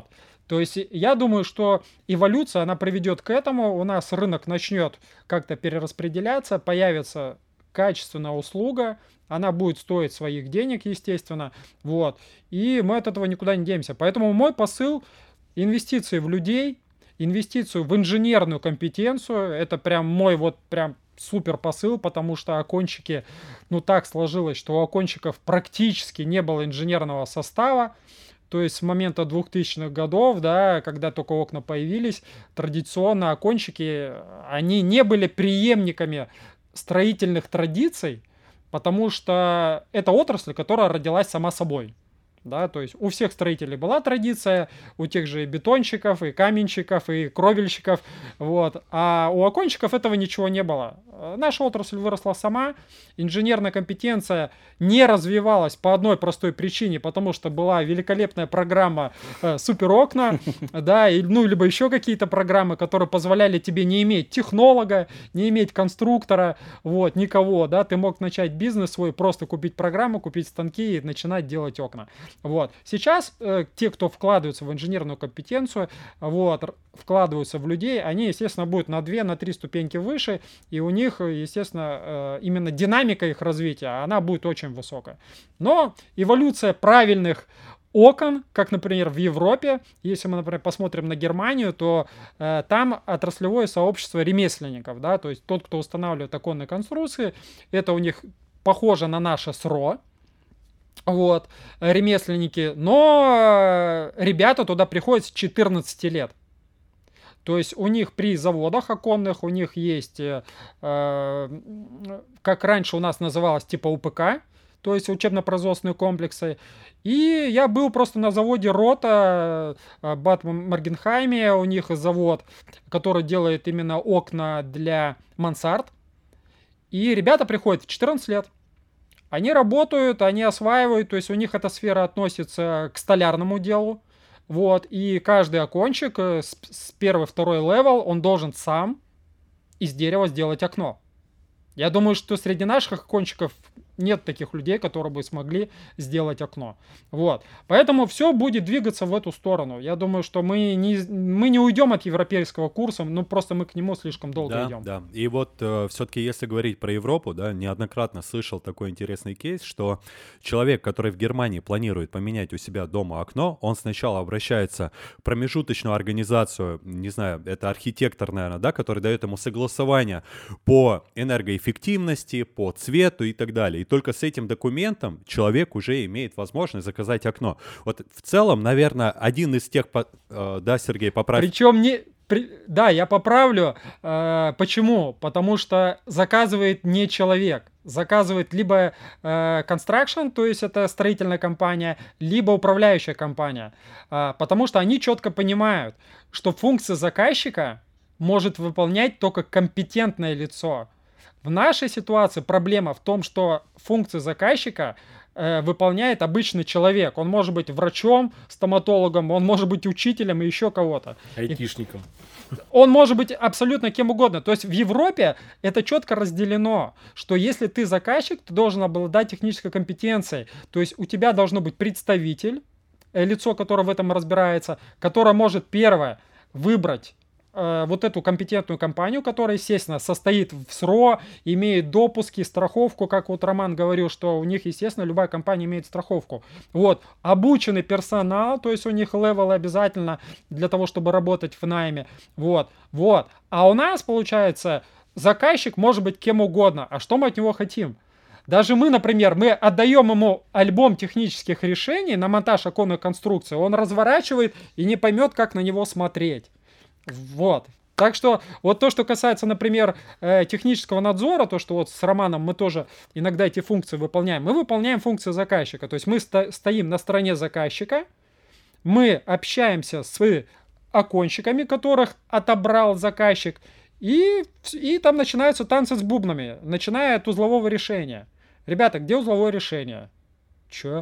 То есть я думаю, что эволюция, она приведет к этому, у нас рынок начнет как-то перераспределяться, появится качественная услуга, она будет стоить своих денег, естественно, вот, и мы от этого никуда не денемся. Поэтому мой посыл — инвестиции в людей, инвестицию в инженерную компетенцию, это прям мой вот прям супер посыл, потому что окончики, ну так сложилось, что у окончиков практически не было инженерного состава. То есть с момента двухтысячных годов, да, когда только окна появились, традиционно окончики, они не были преемниками строительных традиций, потому что это отрасль, которая родилась сама собой. Да, то есть у всех строителей была традиция, у тех же и бетонщиков, и каменщиков, и кровельщиков, вот, а у окончиков этого ничего не было. Наша отрасль выросла сама, инженерная компетенция не развивалась по одной простой причине, потому что была великолепная программа э, суперокна, да, и, ну, либо еще какие-то программы, которые позволяли тебе не иметь технолога, не иметь конструктора, вот, никого, да, ты мог начать бизнес свой, просто купить программу, купить станки и начинать делать окна. Вот. Сейчас э, те, кто вкладываются в инженерную компетенцию, вот, вкладываются в людей, они, естественно, будут на две, на три ступеньки выше, и у них, естественно, э, именно динамика их развития, она будет очень высокая. Но эволюция правильных окон, как, например, в Европе, если мы, например, посмотрим на Германию, то э, там отраслевое сообщество ремесленников, да, то есть тот, кто устанавливает оконные конструкции, это у них похоже на наше СРО, вот, ремесленники, но ребята туда приходят с четырнадцати лет. То есть у них при заводах оконных, у них есть, э, как раньше у нас называлось, типа УПК, то есть учебно-производственные комплексы. И я был просто на заводе Рота, Бад Маргенхайме, у них завод, который делает именно окна для мансард. И ребята приходят в четырнадцать лет. Они работают, они осваивают, то есть у них эта сфера относится к столярному делу. Вот, и каждый окончик с, с первый, второй левел, он должен сам из дерева сделать окно. Я думаю, что среди наших окончиков нет таких людей, которые бы смогли сделать окно. Вот. Поэтому все будет двигаться в эту сторону. Я думаю, что мы не, мы не уйдем от европейского курса, ну просто мы к нему слишком долго да, идем. Да, и вот э, все-таки если говорить про Европу, да, неоднократно слышал такой интересный кейс, что человек, который в Германии планирует поменять у себя дома окно, он сначала обращается в промежуточную организацию, не знаю, это архитектор, наверное, да, который дает ему согласование по энергоэффективности, по цвету и так далее. И только с этим документом человек уже имеет возможность заказать окно. Вот в целом, наверное, один из тех... Э, да, Сергей, поправь. Причем не... При, да, я поправлю. Э, почему? Потому что заказывает не человек. Заказывает либо э, construction, то есть это строительная компания, либо управляющая компания. Э, потому что они четко понимают, что функция заказчика может выполнять только компетентное лицо. В нашей ситуации проблема в том, что функции заказчика э, выполняет обычный человек. Он может быть врачом, стоматологом, он может быть учителем и еще кого-то. Айтишником. Он может быть абсолютно кем угодно. То есть в Европе это четко разделено, что если ты заказчик, ты должен обладать технической компетенцией. То есть у тебя должно быть представитель, э, лицо, которое в этом разбирается, которое может первое выбрать вот эту компетентную компанию, которая, естественно, состоит в СРО, имеет допуски, страховку, как вот Роман говорил, что у них, естественно, любая компания имеет страховку. Вот, обученный персонал, то есть у них левел обязательно для того, чтобы работать в найме. Вот, вот. А у нас, получается, заказчик может быть кем угодно. А что мы от него хотим? Даже мы, например, мы отдаем ему альбом технических решений на монтаж оконной конструкции, он разворачивает и не поймет, как на него смотреть. Вот. Так что вот то, что касается, например, э, технического надзора, то, что вот с Романом мы тоже иногда эти функции выполняем, мы выполняем функции заказчика. То есть мы сто- стоим на стороне заказчика, мы общаемся с окончиками, которых отобрал заказчик, и, и там начинаются танцы с бубнами, начиная от узлового решения. Ребята, где узловое решение? Че?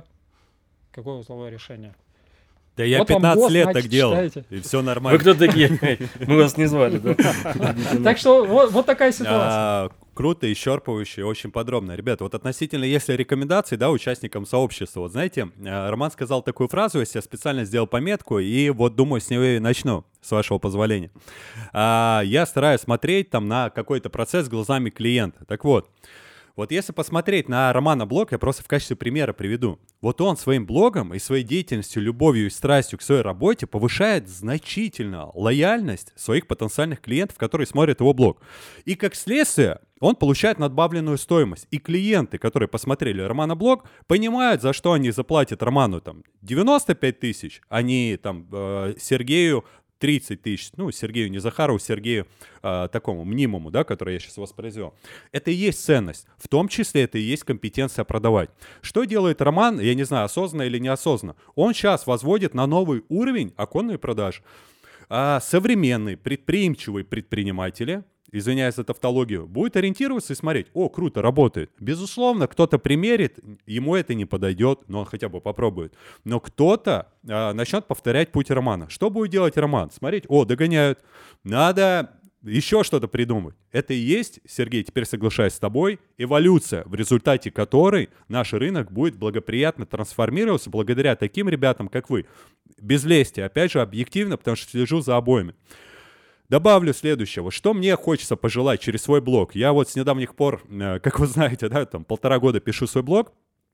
Какое узловое решение? Да я вот пятнадцать лет так делал, читаете. И все нормально. Вы кто такие? Мы вас не звали, да? Так что вот такая ситуация. Круто, исчерпывающе, очень подробно. Ребята, вот относительно, если рекомендаций, да, участникам сообщества, вот знаете, Роман сказал такую фразу, я специально сделал пометку, и вот думаю, с нее и начну, с вашего позволения. А, я стараюсь смотреть там на какой-то процесс глазами клиента. Так вот, вот если посмотреть на Романа блог, я просто в качестве примера приведу. Вот он своим блогом и своей деятельностью, любовью и страстью к своей работе повышает значительно лояльность своих потенциальных клиентов, которые смотрят его блог. И как следствие он получает надбавленную стоимость. И клиенты, которые посмотрели Романа блог, понимают, за что они заплатят Роману там девяносто пять тысяч, а не там э, Сергею тридцать тысяч, ну, Сергею не Захарову, Сергею э, такому мнимому, да, который я сейчас воспроизвел. Это и есть ценность. В том числе это и есть компетенция продавать. Что делает Роман, я не знаю, осознанно или неосознанно? Он сейчас возводит на новый уровень оконные продажи. А современные предприимчивые предприниматели, извиняюсь за тавтологию, будет ориентироваться и смотреть, о, круто, работает. Безусловно, кто-то примерит, ему это не подойдет, но он хотя бы попробует. Но кто-то а, начнет повторять путь Романа. Что будет делать Роман? Смотреть, о, догоняют. Надо еще что-то придумать. Это и есть, Сергей, теперь соглашаюсь с тобой, эволюция, в результате которой наш рынок будет благоприятно трансформироваться благодаря таким ребятам, как вы. Без лести, опять же, объективно, потому что слежу за обоими. Добавлю следующего. Что мне хочется пожелать через свой блог? Я вот с недавних пор, как вы знаете, да, там полтора года пишу свой блог.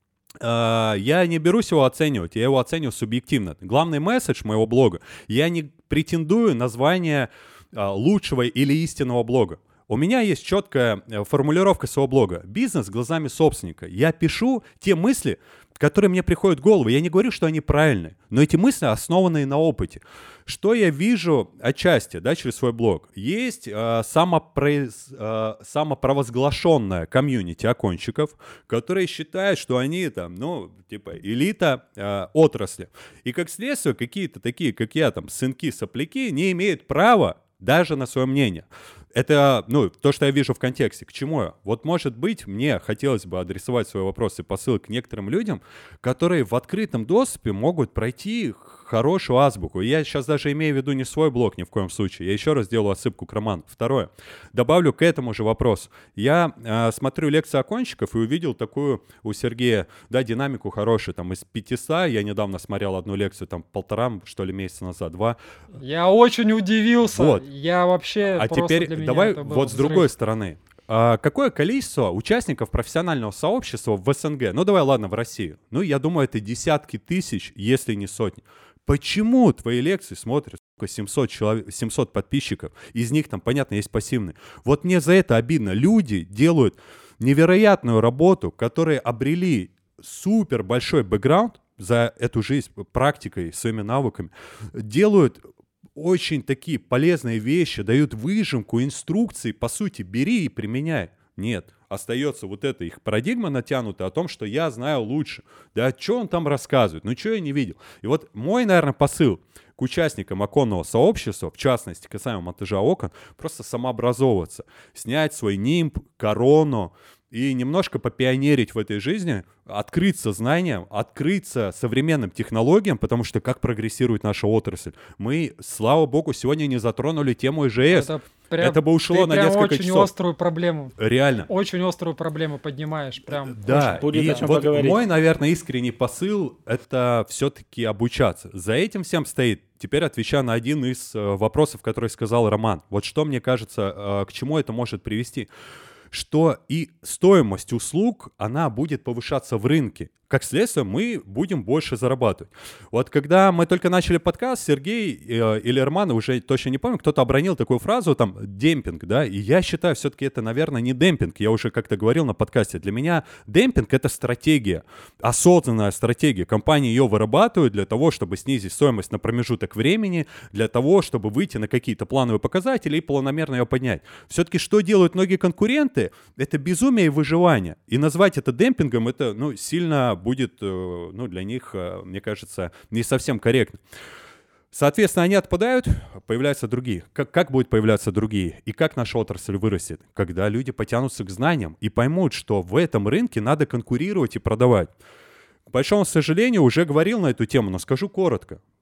Я не берусь его оценивать, я его оцениваю субъективно. Главный месседж моего блога: я не претендую на звание лучшего или истинного блога. У меня есть четкая формулировка своего блога. Бизнес глазами собственника. Я пишу те мысли, которые мне приходят в голову. Я не говорю, что они правильные, но эти мысли основаны на опыте. Что я вижу отчасти, да, через свой блог? Есть э, самопроиз, э, самопровозглашенная комьюнити окончиков, которые считают, что они там, ну, типа элита э, отрасли. И как следствие, какие-то такие, как я, там, сынки-сопляки, не имеют права даже на свое мнение. Это, ну, то, что я вижу в контексте. К чему я? Вот, может быть, мне хотелось бы адресовать свои вопросы и посылы к некоторым людям, которые в открытом доступе могут пройти хорошую азбуку. И я сейчас даже имею в виду не свой блог ни в коем случае. Я еще раз делаю отсылку к Роману. Второе. Добавлю к этому же вопросу. Я э, смотрю лекции окончиков и увидел такую у Сергея, да, динамику хорошую. Там из пятисот, я недавно смотрел одну лекцию, там полтора, что ли, месяца назад, два. Я очень удивился. Вот. Я вообще А просто теперь для меня давай это был вот с взрыв. другой стороны. А какое количество участников профессионального сообщества в СНГ? Ну давай, ладно, в России. Ну я думаю, это десятки тысяч, если не сотни. Почему твои лекции смотрят семьсот человек, семьсот подписчиков? Из них там, понятно, есть пассивные. Вот мне за это обидно. Люди делают невероятную работу, которые обрели супер большой бэкграунд за эту жизнь практикой, своими навыками, делают очень такие полезные вещи, дают выжимку, инструкции, по сути, бери и применяй. Нет, остается вот эта их парадигма натянутая о том, что я знаю лучше. Да что он там рассказывает? Ну что я не видел? И вот мой, наверное, посыл к участникам оконного сообщества, в частности, касаемо монтажа окон, просто самообразовываться, снять свой нимб, корону, и немножко попионерить в этой жизни, открыться знаниям, открыться современным технологиям, потому что как прогрессирует наша отрасль. Мы, слава богу, сегодня не затронули тему ИЖС. Это, прям, Это бы ушло на несколько очень часов. Очень острую проблему. Реально. Очень острую проблему поднимаешь. Прям да, будет и о чем вот поговорить. Мой, наверное, искренний посыл — это все-таки обучаться. За этим всем стоит, теперь отвечая на один из вопросов, который сказал Роман. Вот что, мне кажется, к чему это может привести. Что и стоимость услуг, она будет повышаться в рынке. Как следствие, мы будем больше зарабатывать. Вот когда мы только начали подкаст, Сергей э, или Роман, уже точно не помню, кто-то обронил такую фразу, там, демпинг, да, и я считаю, все-таки это, наверное, не демпинг. Я уже как-то говорил на подкасте. Для меня демпинг — это стратегия, осознанная стратегия. Компании ее вырабатывают для того, чтобы снизить стоимость на промежуток времени, для того, чтобы выйти на какие-то плановые показатели и планомерно ее поднять. Все-таки что делают многие конкуренты? Это безумие и выживание. И назвать это демпингом, это, ну, сильно будет, ну, для них, мне кажется, не совсем корректно. Соответственно, они отпадают, появляются другие. Как, как будут появляться другие? И как наша отрасль вырастет? Когда люди потянутся к знаниям и поймут, что в этом рынке надо конкурировать и продавать. К большому сожалению, уже говорил на эту тему, но скажу коротко.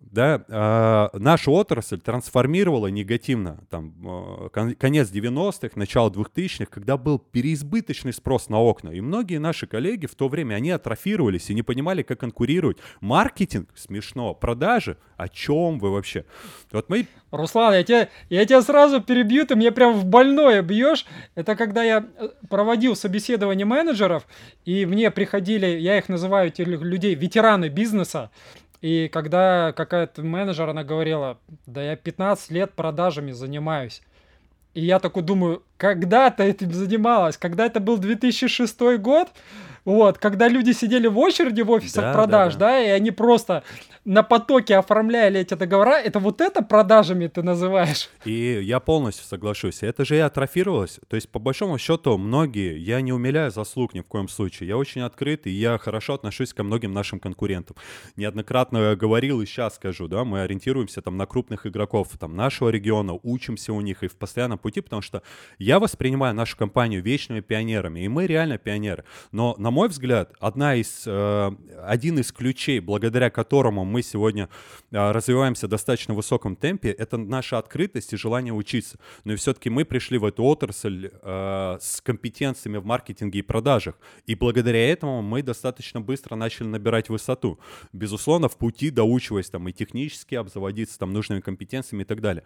да, э, нашу отрасль трансформировала негативно, там, э, кон- конец девяностых, начало двухтысячных, когда был переизбыточный спрос на окна, и многие наши коллеги в то время, они атрофировались и не понимали, как конкурировать. Маркетинг смешно, продажи, о чем вы вообще? Вот мы... Руслан, я тебя, я тебя сразу перебью, ты мне прям в больное бьешь. Это когда я проводил собеседование менеджеров, и мне приходили, я их называю, этих людей, ветераны бизнеса, и когда какая-то менеджер, она говорила, да я пятнадцать лет продажами занимаюсь. И я такой думаю, когда ты этим занималась? Когда это был две тысячи шестой год, вот, когда люди сидели в очереди в офисах да, продаж, да, да. да, и они просто на потоке оформляли эти договора, это вот это продажами ты называешь? И я полностью соглашусь. Это же и атрофировалось. То есть, по большому счету, многие, я не умиляю заслуг ни в коем случае. Я очень открыт, и я хорошо отношусь ко многим нашим конкурентам. Неоднократно говорил и сейчас скажу, да, мы ориентируемся там на крупных игроков там, нашего региона, учимся у них и в постоянном пути, потому что я воспринимаю нашу компанию вечными пионерами, и мы реально пионеры. Но, на мой взгляд, одна из, э, один из ключей, благодаря которому мы сегодня э, развиваемся в достаточно высоком темпе, это наша открытость и желание учиться. Но и все-таки мы пришли в эту отрасль э, с компетенциями в маркетинге и продажах, и благодаря этому мы достаточно быстро начали набирать высоту. Безусловно, в пути доучиваясь там и технически обзаводиться там нужными компетенциями и так далее.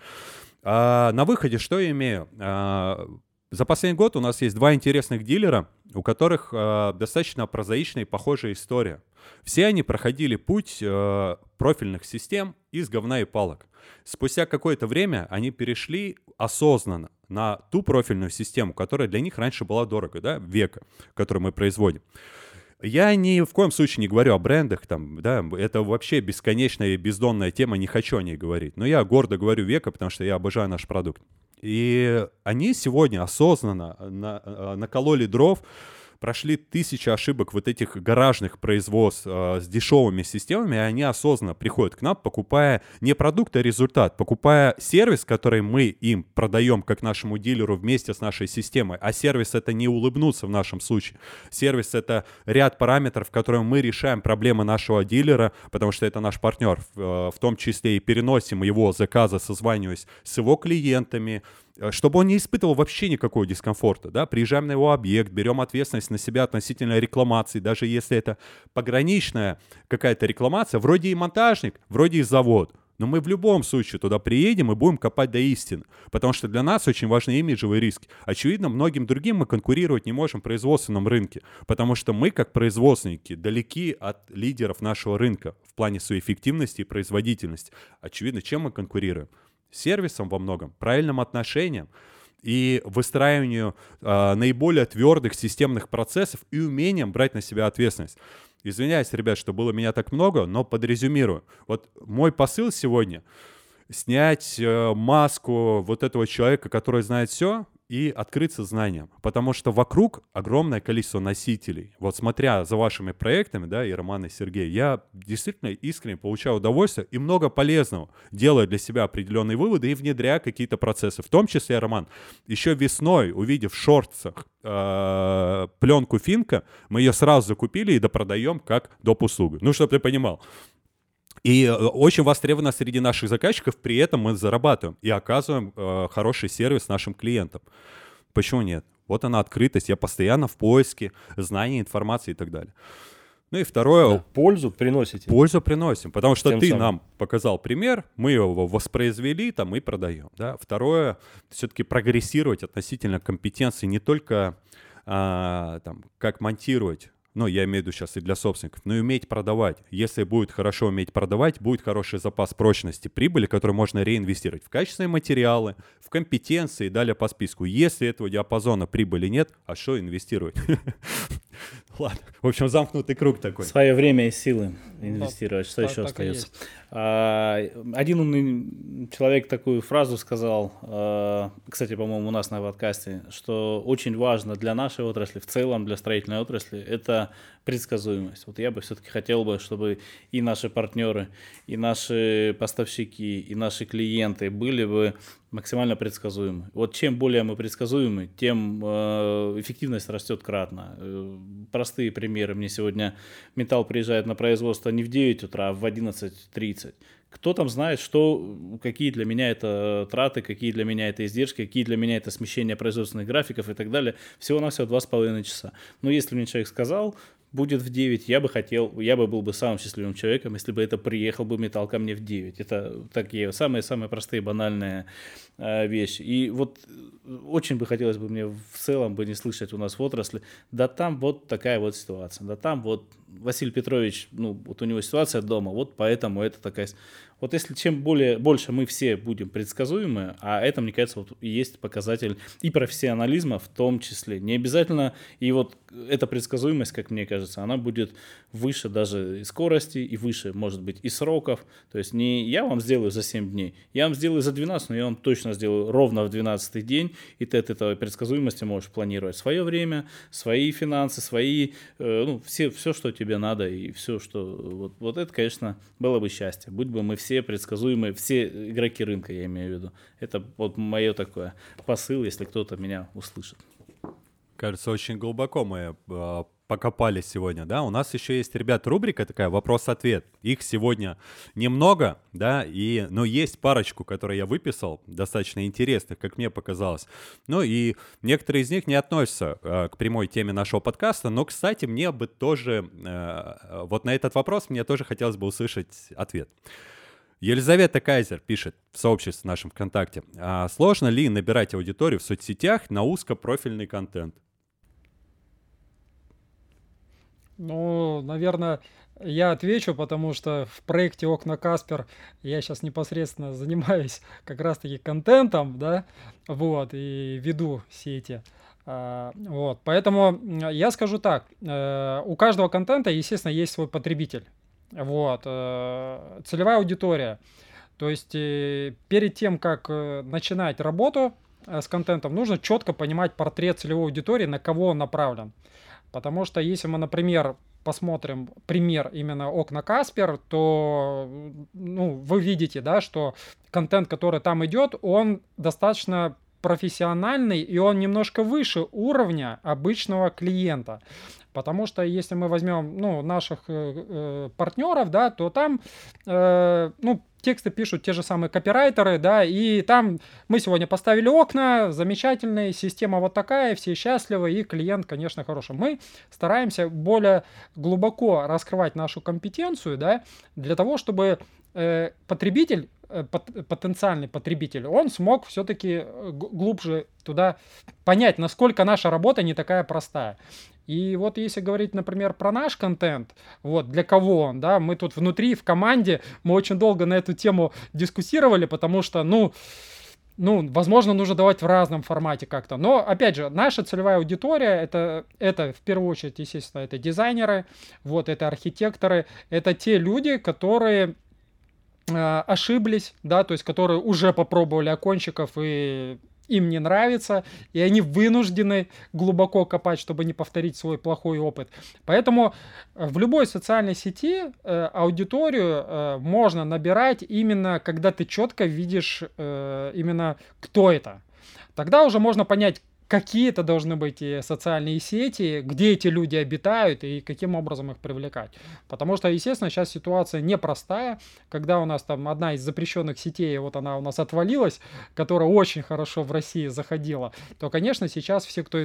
А на выходе что я имею? А, за последний год у нас есть два интересных дилера, у которых э, достаточно прозаичная и похожая история. Все они проходили путь э, профильных систем из говна и палок. Спустя какое-то время они перешли осознанно на ту профильную систему, которая для них раньше была дорого, да, века, которую мы производим. Я ни в коем случае не говорю о брендах, там, да, это вообще бесконечная и бездонная тема, не хочу о ней говорить. Но я гордо говорю века, потому что я обожаю наш продукт. И они сегодня осознанно на, накололи дров, прошли тысячи ошибок вот этих гаражных производств э, с дешевыми системами, и они осознанно приходят к нам, покупая не продукт, а результат, покупая сервис, который мы им продаем как нашему дилеру вместе с нашей системой. А сервис — это не улыбнуться в нашем случае. Сервис — это ряд параметров, в которых мы решаем проблемы нашего дилера, потому что это наш партнер, в, в том числе и переносим его заказы, созваниваясь с его клиентами, чтобы он не испытывал вообще никакого дискомфорта, да, приезжаем на его объект, берем ответственность на себя относительно рекламации, даже если это пограничная какая-то рекламация, вроде и монтажник, вроде и завод, но мы в любом случае туда приедем и будем копать до истины, потому что для нас очень важны имиджевые риски. Очевидно, многим другим мы конкурировать не можем в производственном рынке, потому что мы, как производственники, далеки от лидеров нашего рынка в плане своей эффективности и производительности. Очевидно, чем мы конкурируем? Сервисом во многом, правильным отношением и выстраиванию э, наиболее твердых системных процессов и умением брать на себя ответственность. Извиняюсь, ребят, что было меня так много, но подрезюмирую. Вот мой посыл сегодня — снять э, маску вот этого человека, который знает все, и открыться знаниям, потому что вокруг огромное количество носителей. Вот смотря за вашими проектами, да, и Роман, и Сергей, я действительно искренне получаю удовольствие и много полезного, делая для себя определенные выводы и внедряя какие-то процессы. В том числе, Роман, еще весной, увидев в шортсах э, пленку Финка, мы ее сразу закупили и допродаем как доп. Услугу. Ну, чтобы ты понимал. И очень востребовано среди наших заказчиков, при этом мы зарабатываем и оказываем э, хороший сервис нашим клиентам. Почему нет? Вот она открытость, я постоянно в поиске знаний, информации и так далее. Ну и второе... Да, пользу приносите. Пользу приносим, потому что Тем ты самым. нам показал пример, мы его воспроизвели там и продаем. Да? Второе, все-таки прогрессировать относительно компетенции не только а, там, как монтировать, ну, я имею в виду сейчас и для собственников, но и уметь продавать. Если будет хорошо уметь продавать, будет хороший запас прочности прибыли, который можно реинвестировать в качественные материалы, в компетенции и далее по списку. Если этого диапазона прибыли нет, а что инвестировать? Ладно, в общем, замкнутый круг такой. Свое время и силы инвестировать, что еще остается. Один умный человек такую фразу сказал, кстати, по-моему, у нас на подкасте, что очень важно для нашей отрасли, в целом для строительной отрасли, это предсказуемость. Вот я бы все-таки хотел бы, чтобы и наши партнеры, и наши поставщики, и наши клиенты были бы максимально предсказуемы. Вот чем более мы предсказуемы, тем э, эффективность растет кратно. Э, простые примеры. Мне сегодня металл приезжает на производство не в девять утра, а в одиннадцать тридцать. Кто там знает, что, какие для меня это траты, какие для меня это издержки, какие для меня это смещение производственных графиков и так далее. Всего-навсего два с половиной часа. Но если мне человек сказал, будет в девять, я бы хотел, я бы был бы самым счастливым человеком, если бы это приехал бы металл ко мне в девять. Это такие самые-самые простые, банальные э, вещи. И вот очень бы хотелось бы мне в целом бы не слышать у нас в отрасли, да там вот такая вот ситуация, да там вот Василий Петрович, ну вот у него ситуация дома, вот поэтому это такая... Вот если чем более, больше мы все будем предсказуемы, а это, мне кажется, вот и есть показатель и профессионализма в том числе. Не обязательно, и вот эта предсказуемость, как мне кажется, она будет выше даже и скорости, и выше, может быть, и сроков. То есть не я вам сделаю за семь дней, я вам сделаю за двенадцать, но я вам точно сделаю ровно в двенадцатый день, и ты от этой предсказуемости можешь планировать свое время, свои финансы, свои, э, ну, все, все, что тебе надо, и все, что... Вот, вот это, конечно, было бы счастье. Будь бы мы все предсказуемые, все игроки рынка, я имею в виду. Это вот мое такое посыл, если кто-то меня услышит. Кажется, очень глубоко мы э, покопались сегодня, да. У нас еще есть, ребят, рубрика такая «Вопрос-ответ». Их сегодня немного, да, и, но есть парочку, которые я выписал, достаточно интересных, как мне показалось. Ну и некоторые из них не относятся э, к прямой теме нашего подкаста, но, кстати, мне бы тоже, э, вот на этот вопрос мне тоже хотелось бы услышать ответ. Елизавета Кайзер пишет в сообществе нашем ВКонтакте: а сложно ли набирать аудиторию в соцсетях на узкопрофильный контент? Ну, наверное, я отвечу, потому что в проекте «Окна Каспер» я сейчас непосредственно занимаюсь как раз-таки контентом, да, вот, и веду все эти. Вот, поэтому я скажу так, у каждого контента, естественно, есть свой потребитель. Вот, целевая аудитория. То есть перед тем, как начинать работу с контентом, нужно четко понимать портрет целевой аудитории, на кого он направлен. Потому что если мы, например, посмотрим пример именно «Окна Каспер», то ну, вы видите, да, что контент, который там идет, он достаточно профессиональный, и он немножко выше уровня обычного клиента. Потому что если мы возьмем ну, наших э, э, партнеров, да, то там э, ну, тексты пишут те же самые копирайтеры, да, и там мы сегодня поставили окна, замечательные, система вот такая, все счастливы, и клиент, конечно, хороший. Мы стараемся более глубоко раскрывать нашу компетенцию, да, для того, чтобы э, потребитель, э, пот- потенциальный потребитель, он смог все-таки глубже туда понять, насколько наша работа не такая простая. И вот если говорить, например, про наш контент, вот для кого он, да, мы тут внутри, в команде, мы очень долго на эту тему дискуссировали, потому что, ну, ну, возможно, нужно давать в разном формате как-то. Но, опять же, наша целевая аудитория, это, это в первую очередь, естественно, это дизайнеры, вот, это архитекторы, это те люди, которые э, ошиблись, да, то есть которые уже попробовали окончиков и... им не нравится, и они вынуждены глубоко копать, чтобы не повторить свой плохой опыт. Поэтому в любой социальной сети э, аудиторию э, можно набирать именно, когда ты четко видишь э, именно, кто это. Тогда уже можно понять, какие это должны быть социальные сети, где эти люди обитают и каким образом их привлекать. Потому что, естественно, сейчас ситуация непростая, когда у нас там одна из запрещенных сетей, вот она у нас отвалилась, которая очень хорошо в России заходила, то, конечно, сейчас все, кто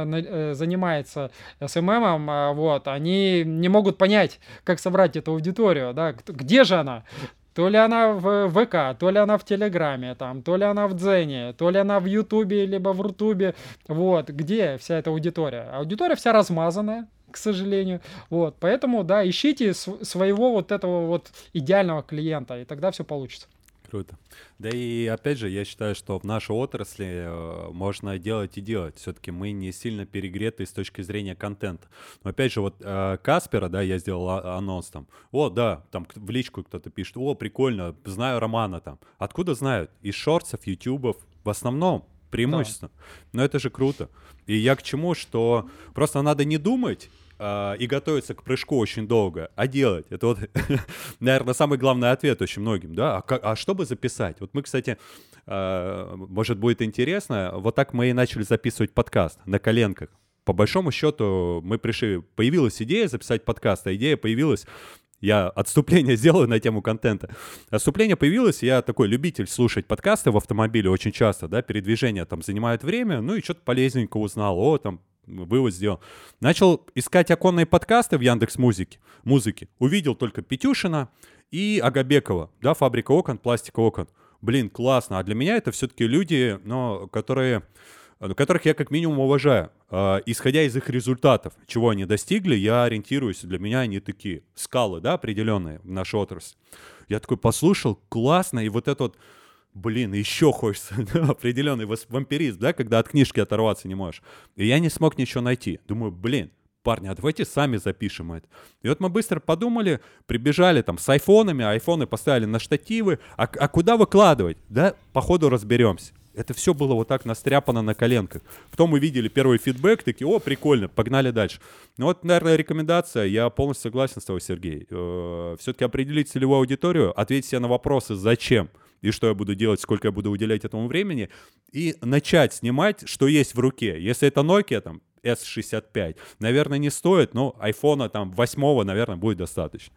занимается эс эм эм, вот, они не могут понять, как собрать эту аудиторию, да, где же она? То ли она в ВК, то ли она в Телеграме, там, то ли она в Дзене, то ли она в Ютубе, либо в Рутубе. Вот, где вся эта аудитория? Аудитория вся размазанная, к сожалению. Вот, поэтому, да, ищите св- своего вот этого вот идеального клиента, и тогда все получится. Круто. Да и опять же, я считаю, что в нашей отрасли э, можно делать и делать. Все-таки мы не сильно перегреты с точки зрения контента. Но опять же, вот э, Каспера, да, я сделал а- анонс там. О, да, там в личку кто-то пишет. О, прикольно, знаю Романа там. Откуда знают? Из шортсов, ютубов. В основном, преимущественно. Да. Но это же круто. И я к чему, что просто надо не думать, и готовиться к прыжку очень долго, а делать. Это вот, наверное, самый главный ответ очень многим, да, а, как, а что бы записать? Вот мы, кстати, может, будет интересно, вот так мы и начали записывать подкаст на коленках. по большому счету мы пришли, появилась идея записать подкаст, а идея появилась, я отступление сделаю на тему контента. Отступление появилось, я такой любитель слушать подкасты в автомобиле очень часто, да, передвижения там занимают время, ну и что-то полезненько узнал, о, там, вывод сделал. Начал искать оконные подкасты в Яндекс.Музыке, музыки. Увидел только Петюшина и Агабекова, да, «Фабрика окон», «Пластика окон». Блин, классно. А для меня это все-таки люди, ну, которые... которых я как минимум уважаю. Э, исходя из их результатов, чего они достигли, я ориентируюсь, для меня они такие скалы, да, определенные в нашей отрасли. Я такой послушал, классно, и вот это вот, блин, еще хочется, да, определенный вампиризм, да, когда от книжки оторваться не можешь. И я не смог ничего найти. Думаю, блин, парни, а давайте сами запишем это. И вот мы быстро подумали, прибежали там с айфонами, айфоны поставили на штативы, а, а куда выкладывать? Да, по ходу разберемся. Это все было вот так настряпано на коленках. Потом мы видели первый фидбэк, такие, о, прикольно, погнали дальше. Ну вот, наверное, рекомендация, я полностью согласен с тобой, Сергей. Все-таки определить целевую аудиторию, ответить себе на вопросы, зачем и что я буду делать, сколько я буду уделять этому времени, и начать снимать, что есть в руке. Если это Nokia, там, эс шестьдесят пять, наверное, не стоит, но айфона там восьмого, наверное, будет достаточно.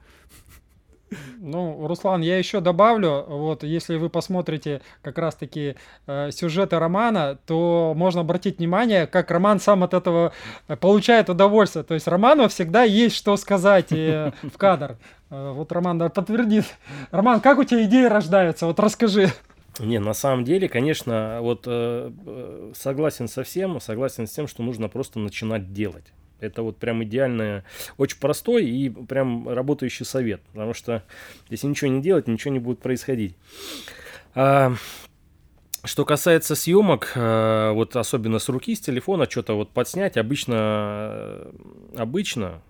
Ну, Руслан, я еще добавлю, вот если вы посмотрите как раз-таки э, сюжеты романа, то можно обратить внимание, как Роман сам от этого получает удовольствие. То есть Роману всегда есть что сказать э, в кадр. Э, вот Роман да, подтвердит. Роман, как у тебя идеи рождаются? Вот расскажи. Не, на самом деле, конечно, вот э, согласен со всем, согласен с тем, что нужно просто начинать делать. Это вот прям идеальный, очень простой и прям работающий совет, потому что если ничего не делать, ничего не будет происходить. А, что касается съемок, а, вот особенно с руки, с телефона, что-то вот подснять, обычно, обычно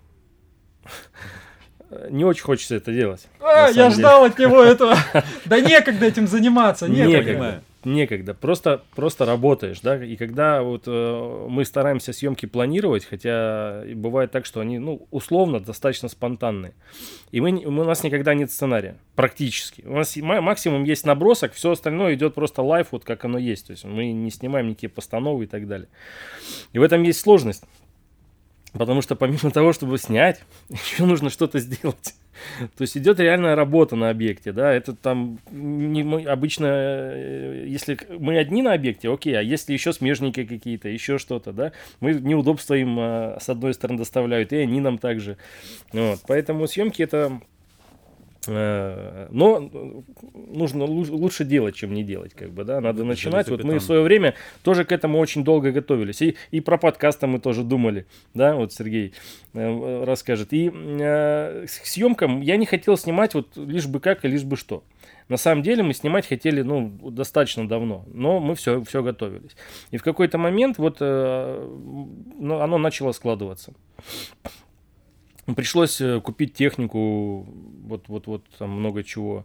не очень хочется это делать. А, я деле. ждал от него этого. Да некогда этим заниматься, некогда. Некогда, просто, просто работаешь, да, и когда вот э, мы стараемся съемки планировать, хотя бывает так, что они, ну, условно, достаточно спонтанные, и мы, у нас никогда нет сценария, практически, у нас максимум есть набросок, все остальное идет просто лайв, вот как оно есть, то есть мы не снимаем никакие постановы и так далее, и в этом есть сложность, потому что помимо того, чтобы снять, еще нужно что-то сделать. То есть идет реальная работа на объекте, да, это там не мы, обычно, если мы одни на объекте, окей, а если еще смежники какие-то, еще что-то, да, мы неудобства им с одной стороны доставляют, и они нам также, вот, поэтому съемки это, но нужно лучше делать, чем не делать, как бы, да, надо начинать, вот мы в свое время тоже к этому очень долго готовились, и, и про подкасты мы тоже думали, да, вот Сергей расскажет, и э, к съемкам я не хотел снимать вот лишь бы как и лишь бы что. На самом деле мы снимать хотели, ну, достаточно давно, но мы все, все готовились. И в какой-то момент вот э, ну, оно начало складываться. Пришлось купить технику, вот, вот, вот там много чего.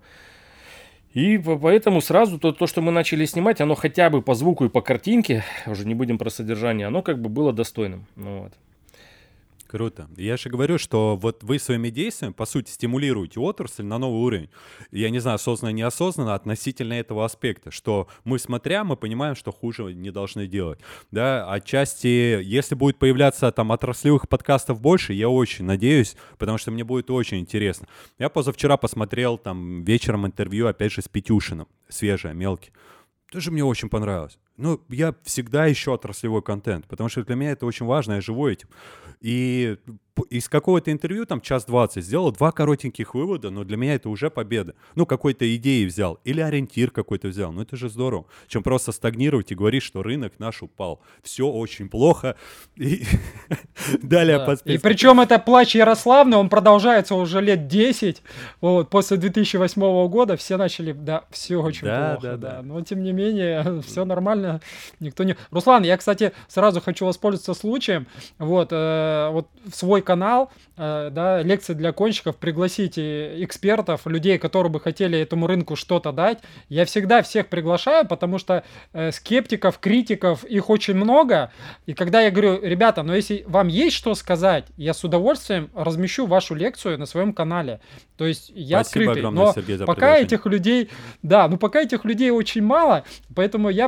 И поэтому сразу то, то, что мы начали снимать, оно хотя бы по звуку и по картинке, уже не будем про содержание, оно как бы было достойным. Ну, вот. Круто. Я же говорю, что вот вы своими действиями, по сути, стимулируете отрасль на новый уровень. Я не знаю, осознанно, неосознанно, относительно этого аспекта, что мы, смотря, мы понимаем, что хуже не должны делать. Да, отчасти, если будет появляться там отраслевых подкастов больше, я очень надеюсь, потому что мне будет очень интересно. Я позавчера посмотрел там вечером интервью, опять же, с Петюшиным, свежее, мелкий. Тоже мне очень понравилось. Ну, я всегда ищу отраслевой контент, потому что для меня это очень важно, я живу этим. И из какого-то интервью, там, час двадцать, сделал два коротеньких вывода, но для меня это уже победа. Ну, какой-то идеи взял, или ориентир какой-то взял, ну, это же здорово. Чем просто стагнировать и говорить, что рынок наш упал. Все очень плохо. И далее по списку. И причем это плач Ярославны, он продолжается уже лет десять. Вот, после две тысячи восьмого года все начали, да, все очень плохо. Да. Но, тем не менее, все нормально. Никто не... Руслан, я, кстати, сразу хочу воспользоваться случаем. Вот, э, вот в свой канал, э, да, лекции для кончиков, пригласите экспертов, людей, которые бы хотели этому рынку что-то дать. Я всегда всех приглашаю, потому что э, скептиков, критиков, их очень много. И когда я говорю, ребята, но если вам есть что сказать, я с удовольствием размещу вашу лекцию на своем канале. То есть я Спасибо открытый. Но Сергей, за пока этих людей, да, ну пока этих людей очень мало, поэтому я бы, конечно,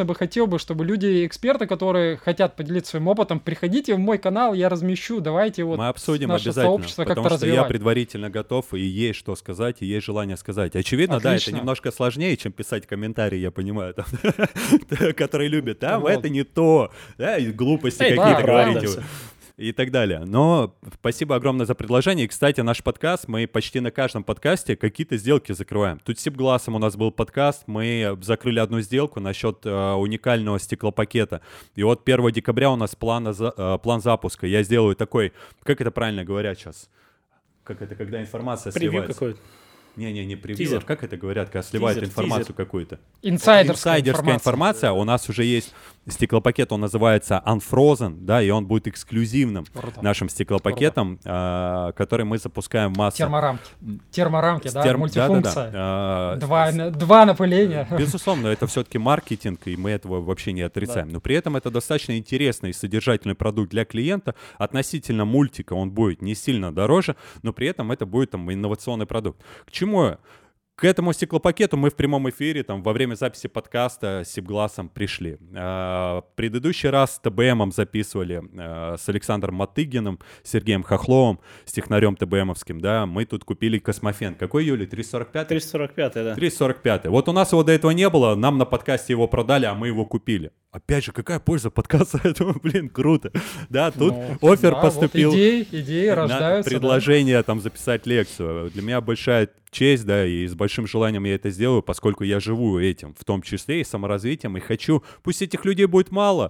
конечно бы хотел бы, чтобы люди, эксперты, которые хотят поделиться своим опытом, приходите в мой канал, я размещу, давайте вот мы обсудим наше обязательно, сообщество как-то потому что развивать. Я предварительно готов, и есть что сказать, и есть желание сказать. Очевидно, Отлично. Да, это немножко сложнее, чем писать комментарии, я понимаю, там, которые любят, там вот. Это не то, да, и глупости Эй, какие-то да, говорите. Да, и так далее. Но спасибо огромное за предложение. И, кстати, наш подкаст, мы почти на каждом подкасте какие-то сделки закрываем. Тут с Сибглассом у нас был подкаст, мы закрыли одну сделку насчет э, уникального стеклопакета. И вот первого декабря у нас план, э, план запуска. Я сделаю такой, как это правильно говорят сейчас? Как это, когда информация Превью сливается? Какой-то. Не-не, не превью, как это говорят, когда сливают тизер, информацию тизер. какую-то? Инсайдерская, Инсайдерская информация. информация. У нас уже есть стеклопакет, он называется Unfrozen, да, и он будет эксклюзивным Круто. нашим стеклопакетом, а, который мы запускаем в массу. Терморамки. Терморамки, да, Терм... мультифункция. Да, да, да. А, два, два напыления. Безусловно, это все-таки маркетинг, и мы этого вообще не отрицаем. Да. Но при этом это достаточно интересный и содержательный продукт для клиента. Относительно мультика он будет не сильно дороже, но при этом это будет там инновационный продукт. К чему? К этому стеклопакету мы в прямом эфире там, во время записи подкаста с Сибглассом пришли. А, предыдущий раз с ТБМом записывали а, с Александром Матыгиным, Сергеем Хохловым, с технарем ТБМовским. Да, мы тут купили космофен. Какой, Юлий? триста сорок пятый? триста сорок пятый, да. триста сорок пятый. Вот у нас его до этого не было, нам на подкасте его продали, а мы его купили. Опять же, какая польза подкаста этого? Блин, круто. Да, тут ну, оффер да, поступил. Вот идеи, идеи рождаются. Предложение да. там записать лекцию. Для меня большая честь, да, и с большим желанием я это сделаю, поскольку я живу этим, в том числе и саморазвитием, и хочу, пусть этих людей будет мало,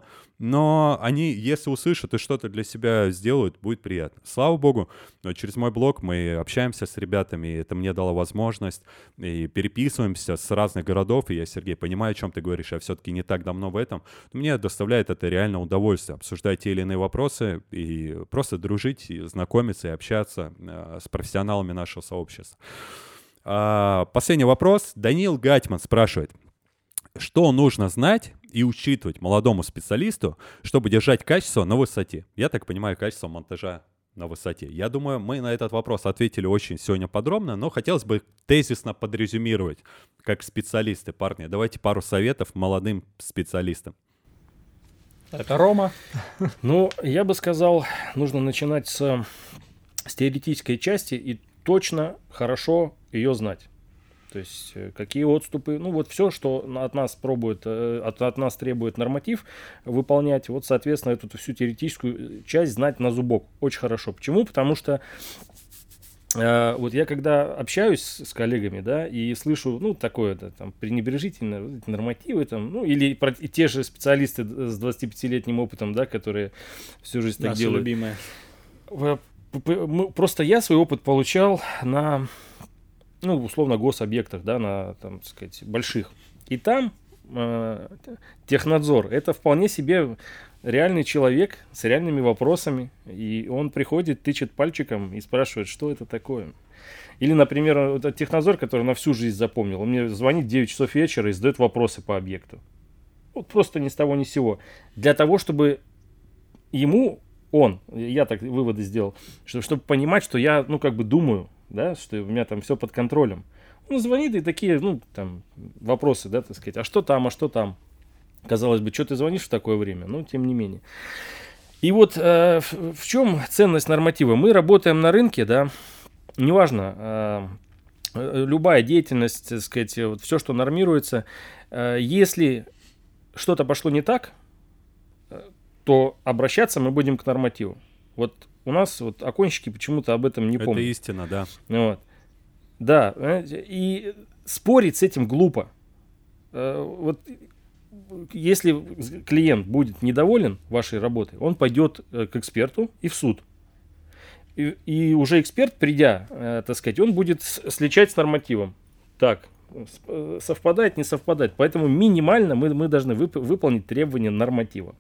но они, если услышат и что-то для себя сделают, будет приятно. Слава богу, через мой блог мы общаемся с ребятами, и это мне дало возможность, и переписываемся с разных городов, и я, Сергей, понимаю, о чем ты говоришь, я все-таки не так давно в этом, мне доставляет это реально удовольствие, обсуждать те или иные вопросы, и просто дружить, и знакомиться, и общаться э, с профессионалами нашего сообщества. А, последний вопрос. Даниил Гатьман спрашивает, что нужно знать и учитывать молодому специалисту, чтобы держать качество на высоте? Я так понимаю, качество монтажа на высоте. Я думаю, мы на этот вопрос ответили очень сегодня подробно, но хотелось бы тезисно подрезюмировать, как специалисты, парни. Давайте пару советов молодым специалистам. Это Рома. Ну, я бы сказал, нужно начинать с, с теоретической части и точно, хорошо ее знать. То есть, какие отступы, ну вот все, что от нас пробует, от, от нас требует норматив выполнять, вот, соответственно, эту всю теоретическую часть знать на зубок очень хорошо. Почему? Потому что э, вот я когда общаюсь с коллегами, да, и слышу, ну, такое, да, там, пренебрежительно, нормативы, там, ну, или про, и те же специалисты с двадцатипятилетним опытом, да, которые всю жизнь так Наши делают. любимые. Просто я свой опыт получал на, ну, условно, гособъектах, да, на, там, так сказать, больших. И там э, технадзор – это вполне себе реальный человек с реальными вопросами. И он приходит, тычет пальчиком и спрашивает, что это такое. Или, например, этот технадзор, который на всю жизнь запомнил, он мне звонит в девять часов вечера и задает вопросы по объекту. Вот просто ни с того ни с сего. Для того, чтобы ему... Он, я так выводы сделал, что, чтобы понимать, что я, ну, как бы думаю, да, что у меня там все под контролем. Он звонит и такие, ну, там, вопросы, да, так сказать, а что там, а что там? Казалось бы, что ты звонишь в такое время? Ну, тем не менее. И вот э, в, в чем ценность норматива? Мы работаем на рынке, да, неважно, э, любая деятельность, так сказать, вот все, что нормируется, э, если что-то пошло не так, то обращаться мы будем к нормативу. Вот у нас вот оконщики почему-то об этом не помнят. Это истина, да. Вот. Да, и спорить с этим глупо. Вот если клиент будет недоволен вашей работой, он пойдет к эксперту и в суд. И, и уже эксперт, придя, так сказать, он будет сличать с нормативом. Так, совпадает, не совпадает. Поэтому минимально мы, мы должны вып- выполнить требования норматива.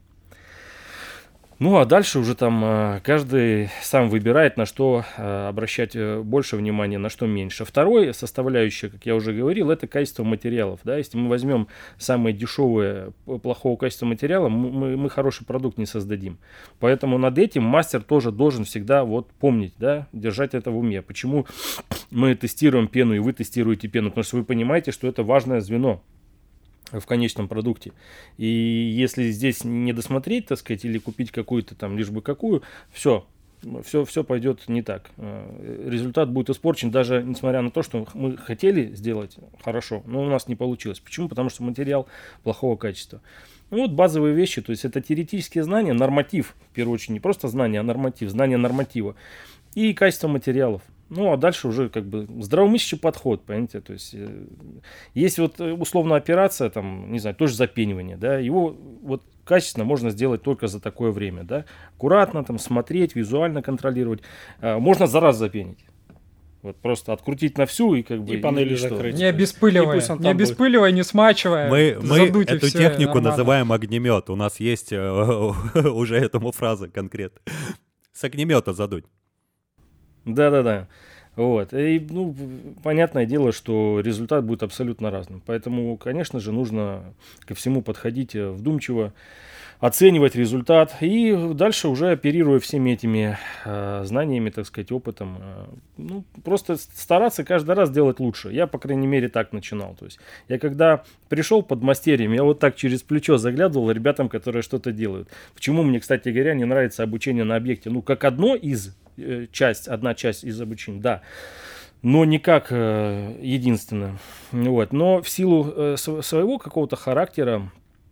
Ну, а дальше уже там каждый сам выбирает, на что обращать больше внимания, на что меньше. Второе составляющее, как я уже говорил, это качество материалов. Да? Если мы возьмем самые дешевые, плохого качества материала, мы, мы хороший продукт не создадим. Поэтому над этим мастер тоже должен всегда вот помнить, да? Держать это в уме. Почему мы тестируем пену и вы тестируете пену? Потому что вы понимаете, что это важное звено. в конечном продукте. И если здесь не досмотреть, так сказать, или купить какую-то там, лишь бы какую, все, все, все пойдет не так. Результат будет испорчен, даже несмотря на то, что мы хотели сделать хорошо, но у нас не получилось. Почему? Потому что материал плохого качества. Ну, вот базовые вещи, то есть это теоретические знания, норматив, в первую очередь, не просто знания, а норматив, знание норматива и качество материалов. Ну, а дальше уже как бы здравомыслящий подход, понимаете, то есть э, есть вот условно операция, там, не знаю, тоже запенивание, да, его вот качественно можно сделать только за такое время, да, аккуратно там смотреть, визуально контролировать, э, можно за раз запенить. Вот просто открутить на всю и как бы... И панели закрыть. Не обеспыливая, не обеспыливая, не смачивая. Мы, мы эту технику называем огнемет. У нас есть уже этому фраза конкретно. С огнемета задуть. Да-да-да. Вот. И, ну, понятное дело, что результат будет абсолютно разным. Поэтому, конечно же, нужно ко всему подходить вдумчиво, оценивать результат и дальше уже оперируя всеми этими э, знаниями, так сказать, опытом, э, ну, просто стараться каждый раз делать лучше. Я, по крайней мере, так начинал. То есть я когда пришел под мастерьем, я вот так через плечо заглядывал ребятам, которые что-то делают. Почему мне, кстати говоря, не нравится обучение на объекте? Ну, как одно из, э, часть, одна часть из обучения, да. Но не как э, единственное. Вот. Но в силу э, своего какого-то характера,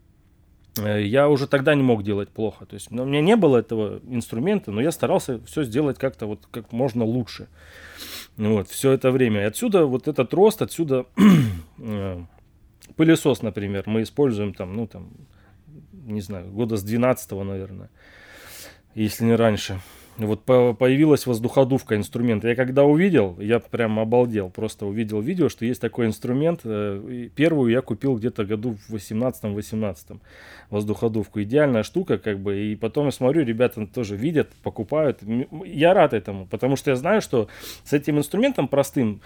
я уже тогда не мог делать плохо. То есть, ну, у меня не было этого инструмента, но я старался все сделать как-то вот как можно лучше. Вот, все это время. И отсюда вот этот рост, отсюда пылесос, например, мы используем там, ну там, не знаю, года с двенадцатого, наверное, если не раньше. Вот появилась воздуходувка инструмента. Я когда увидел, я прям обалдел. Просто увидел видео, что есть такой инструмент. Первую я купил где-то году в восемнадцатом-восемнадцатом воздуходувку. Идеальная штука, как бы. И потом я смотрю, ребята тоже видят, покупают. Я рад этому, потому что я знаю, что с этим инструментом простым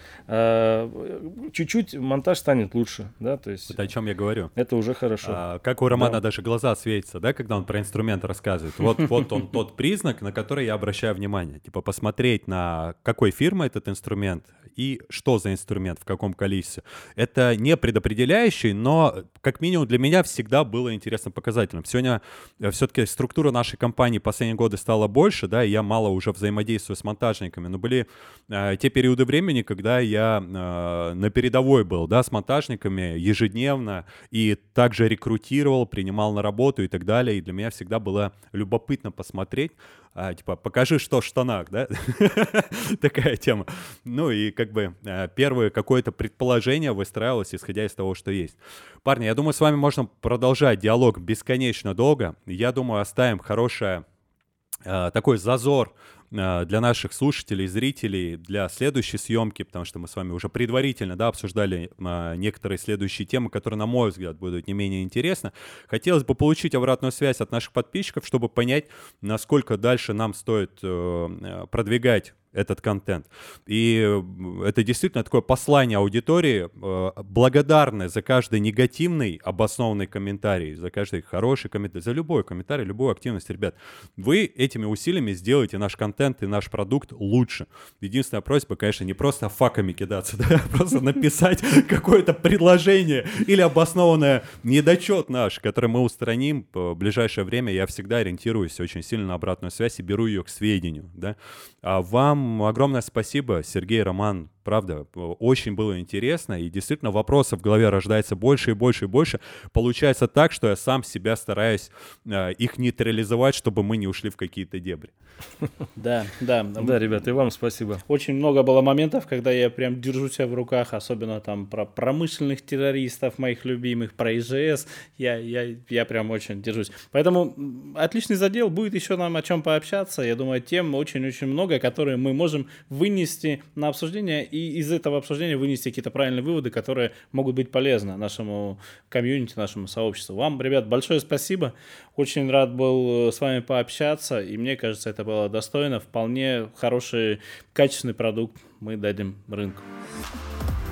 чуть-чуть монтаж станет лучше. Да? То есть это о чем я говорю. Это уже хорошо. А, как у Романа да. даже глаза светятся, да, когда он про инструмент рассказывает. Вот, вот он тот признак, на который я обращаю внимание. Типа посмотреть, на какой фирмы этот инструмент и что за инструмент, в каком количестве. Это не предопределяющий, но как минимум для меня всегда было интересным показателем. Сегодня все-таки структура нашей компании последние годы стала больше, да, и я мало уже взаимодействую с монтажниками, но были э, те периоды времени, когда я э, на передовой был, да, с монтажниками ежедневно и также рекрутировал, принимал на работу и так далее, и для меня всегда было любопытно посмотреть, а, типа, покажи, что в штанах, да? Такая тема. Ну и как бы первое какое-то предположение выстраивалось, исходя из того, что есть. Парни, я думаю, с вами можно продолжать диалог бесконечно долго. Я думаю, оставим хорошее, такой зазор для наших слушателей, зрителей, для следующей съемки, потому что мы с вами уже предварительно, да, обсуждали а, некоторые следующие темы, которые, на мой взгляд, будут не менее интересны. Хотелось бы получить обратную связь от наших подписчиков, чтобы понять, насколько дальше нам стоит э, продвигать этот контент. И это действительно такое послание аудитории, э, благодарны за каждый негативный обоснованный комментарий, за каждый хороший комментарий, за любой комментарий, любую активность, ребят. Вы этими усилиями сделаете наш контент и наш продукт лучше. Единственная просьба, конечно, не просто факами кидаться, да, а просто написать какое-то предложение или обоснованное недочет наш, который мы устраним в ближайшее время. Я всегда ориентируюсь очень сильно на обратную связь и беру ее к сведению, да. А вам огромное спасибо, Сергей, Роман, правда, очень было интересно, и действительно вопросов в голове рождается больше и больше и больше. Получается так, что я сам себя стараюсь э, их нейтрализовать, чтобы мы не ушли в какие-то дебри. Да, да. Да, ребята, и вам спасибо. Очень много было моментов, когда я прям держу себя в руках, особенно там про промышленных террористов, моих любимых, про ИЖС. Я, я, я прям очень держусь. Поэтому отличный задел, будет еще нам о чем пообщаться. Я думаю, тем очень-очень много, которые мы можем вынести на обсуждение и из этого обсуждения вынести какие-то правильные выводы, которые могут быть полезны нашему комьюнити, нашему сообществу. Вам, ребят, большое спасибо. Очень рад был с вами пообщаться, и мне кажется, это было достойно. Вполне хороший, качественный продукт мы дадим рынку.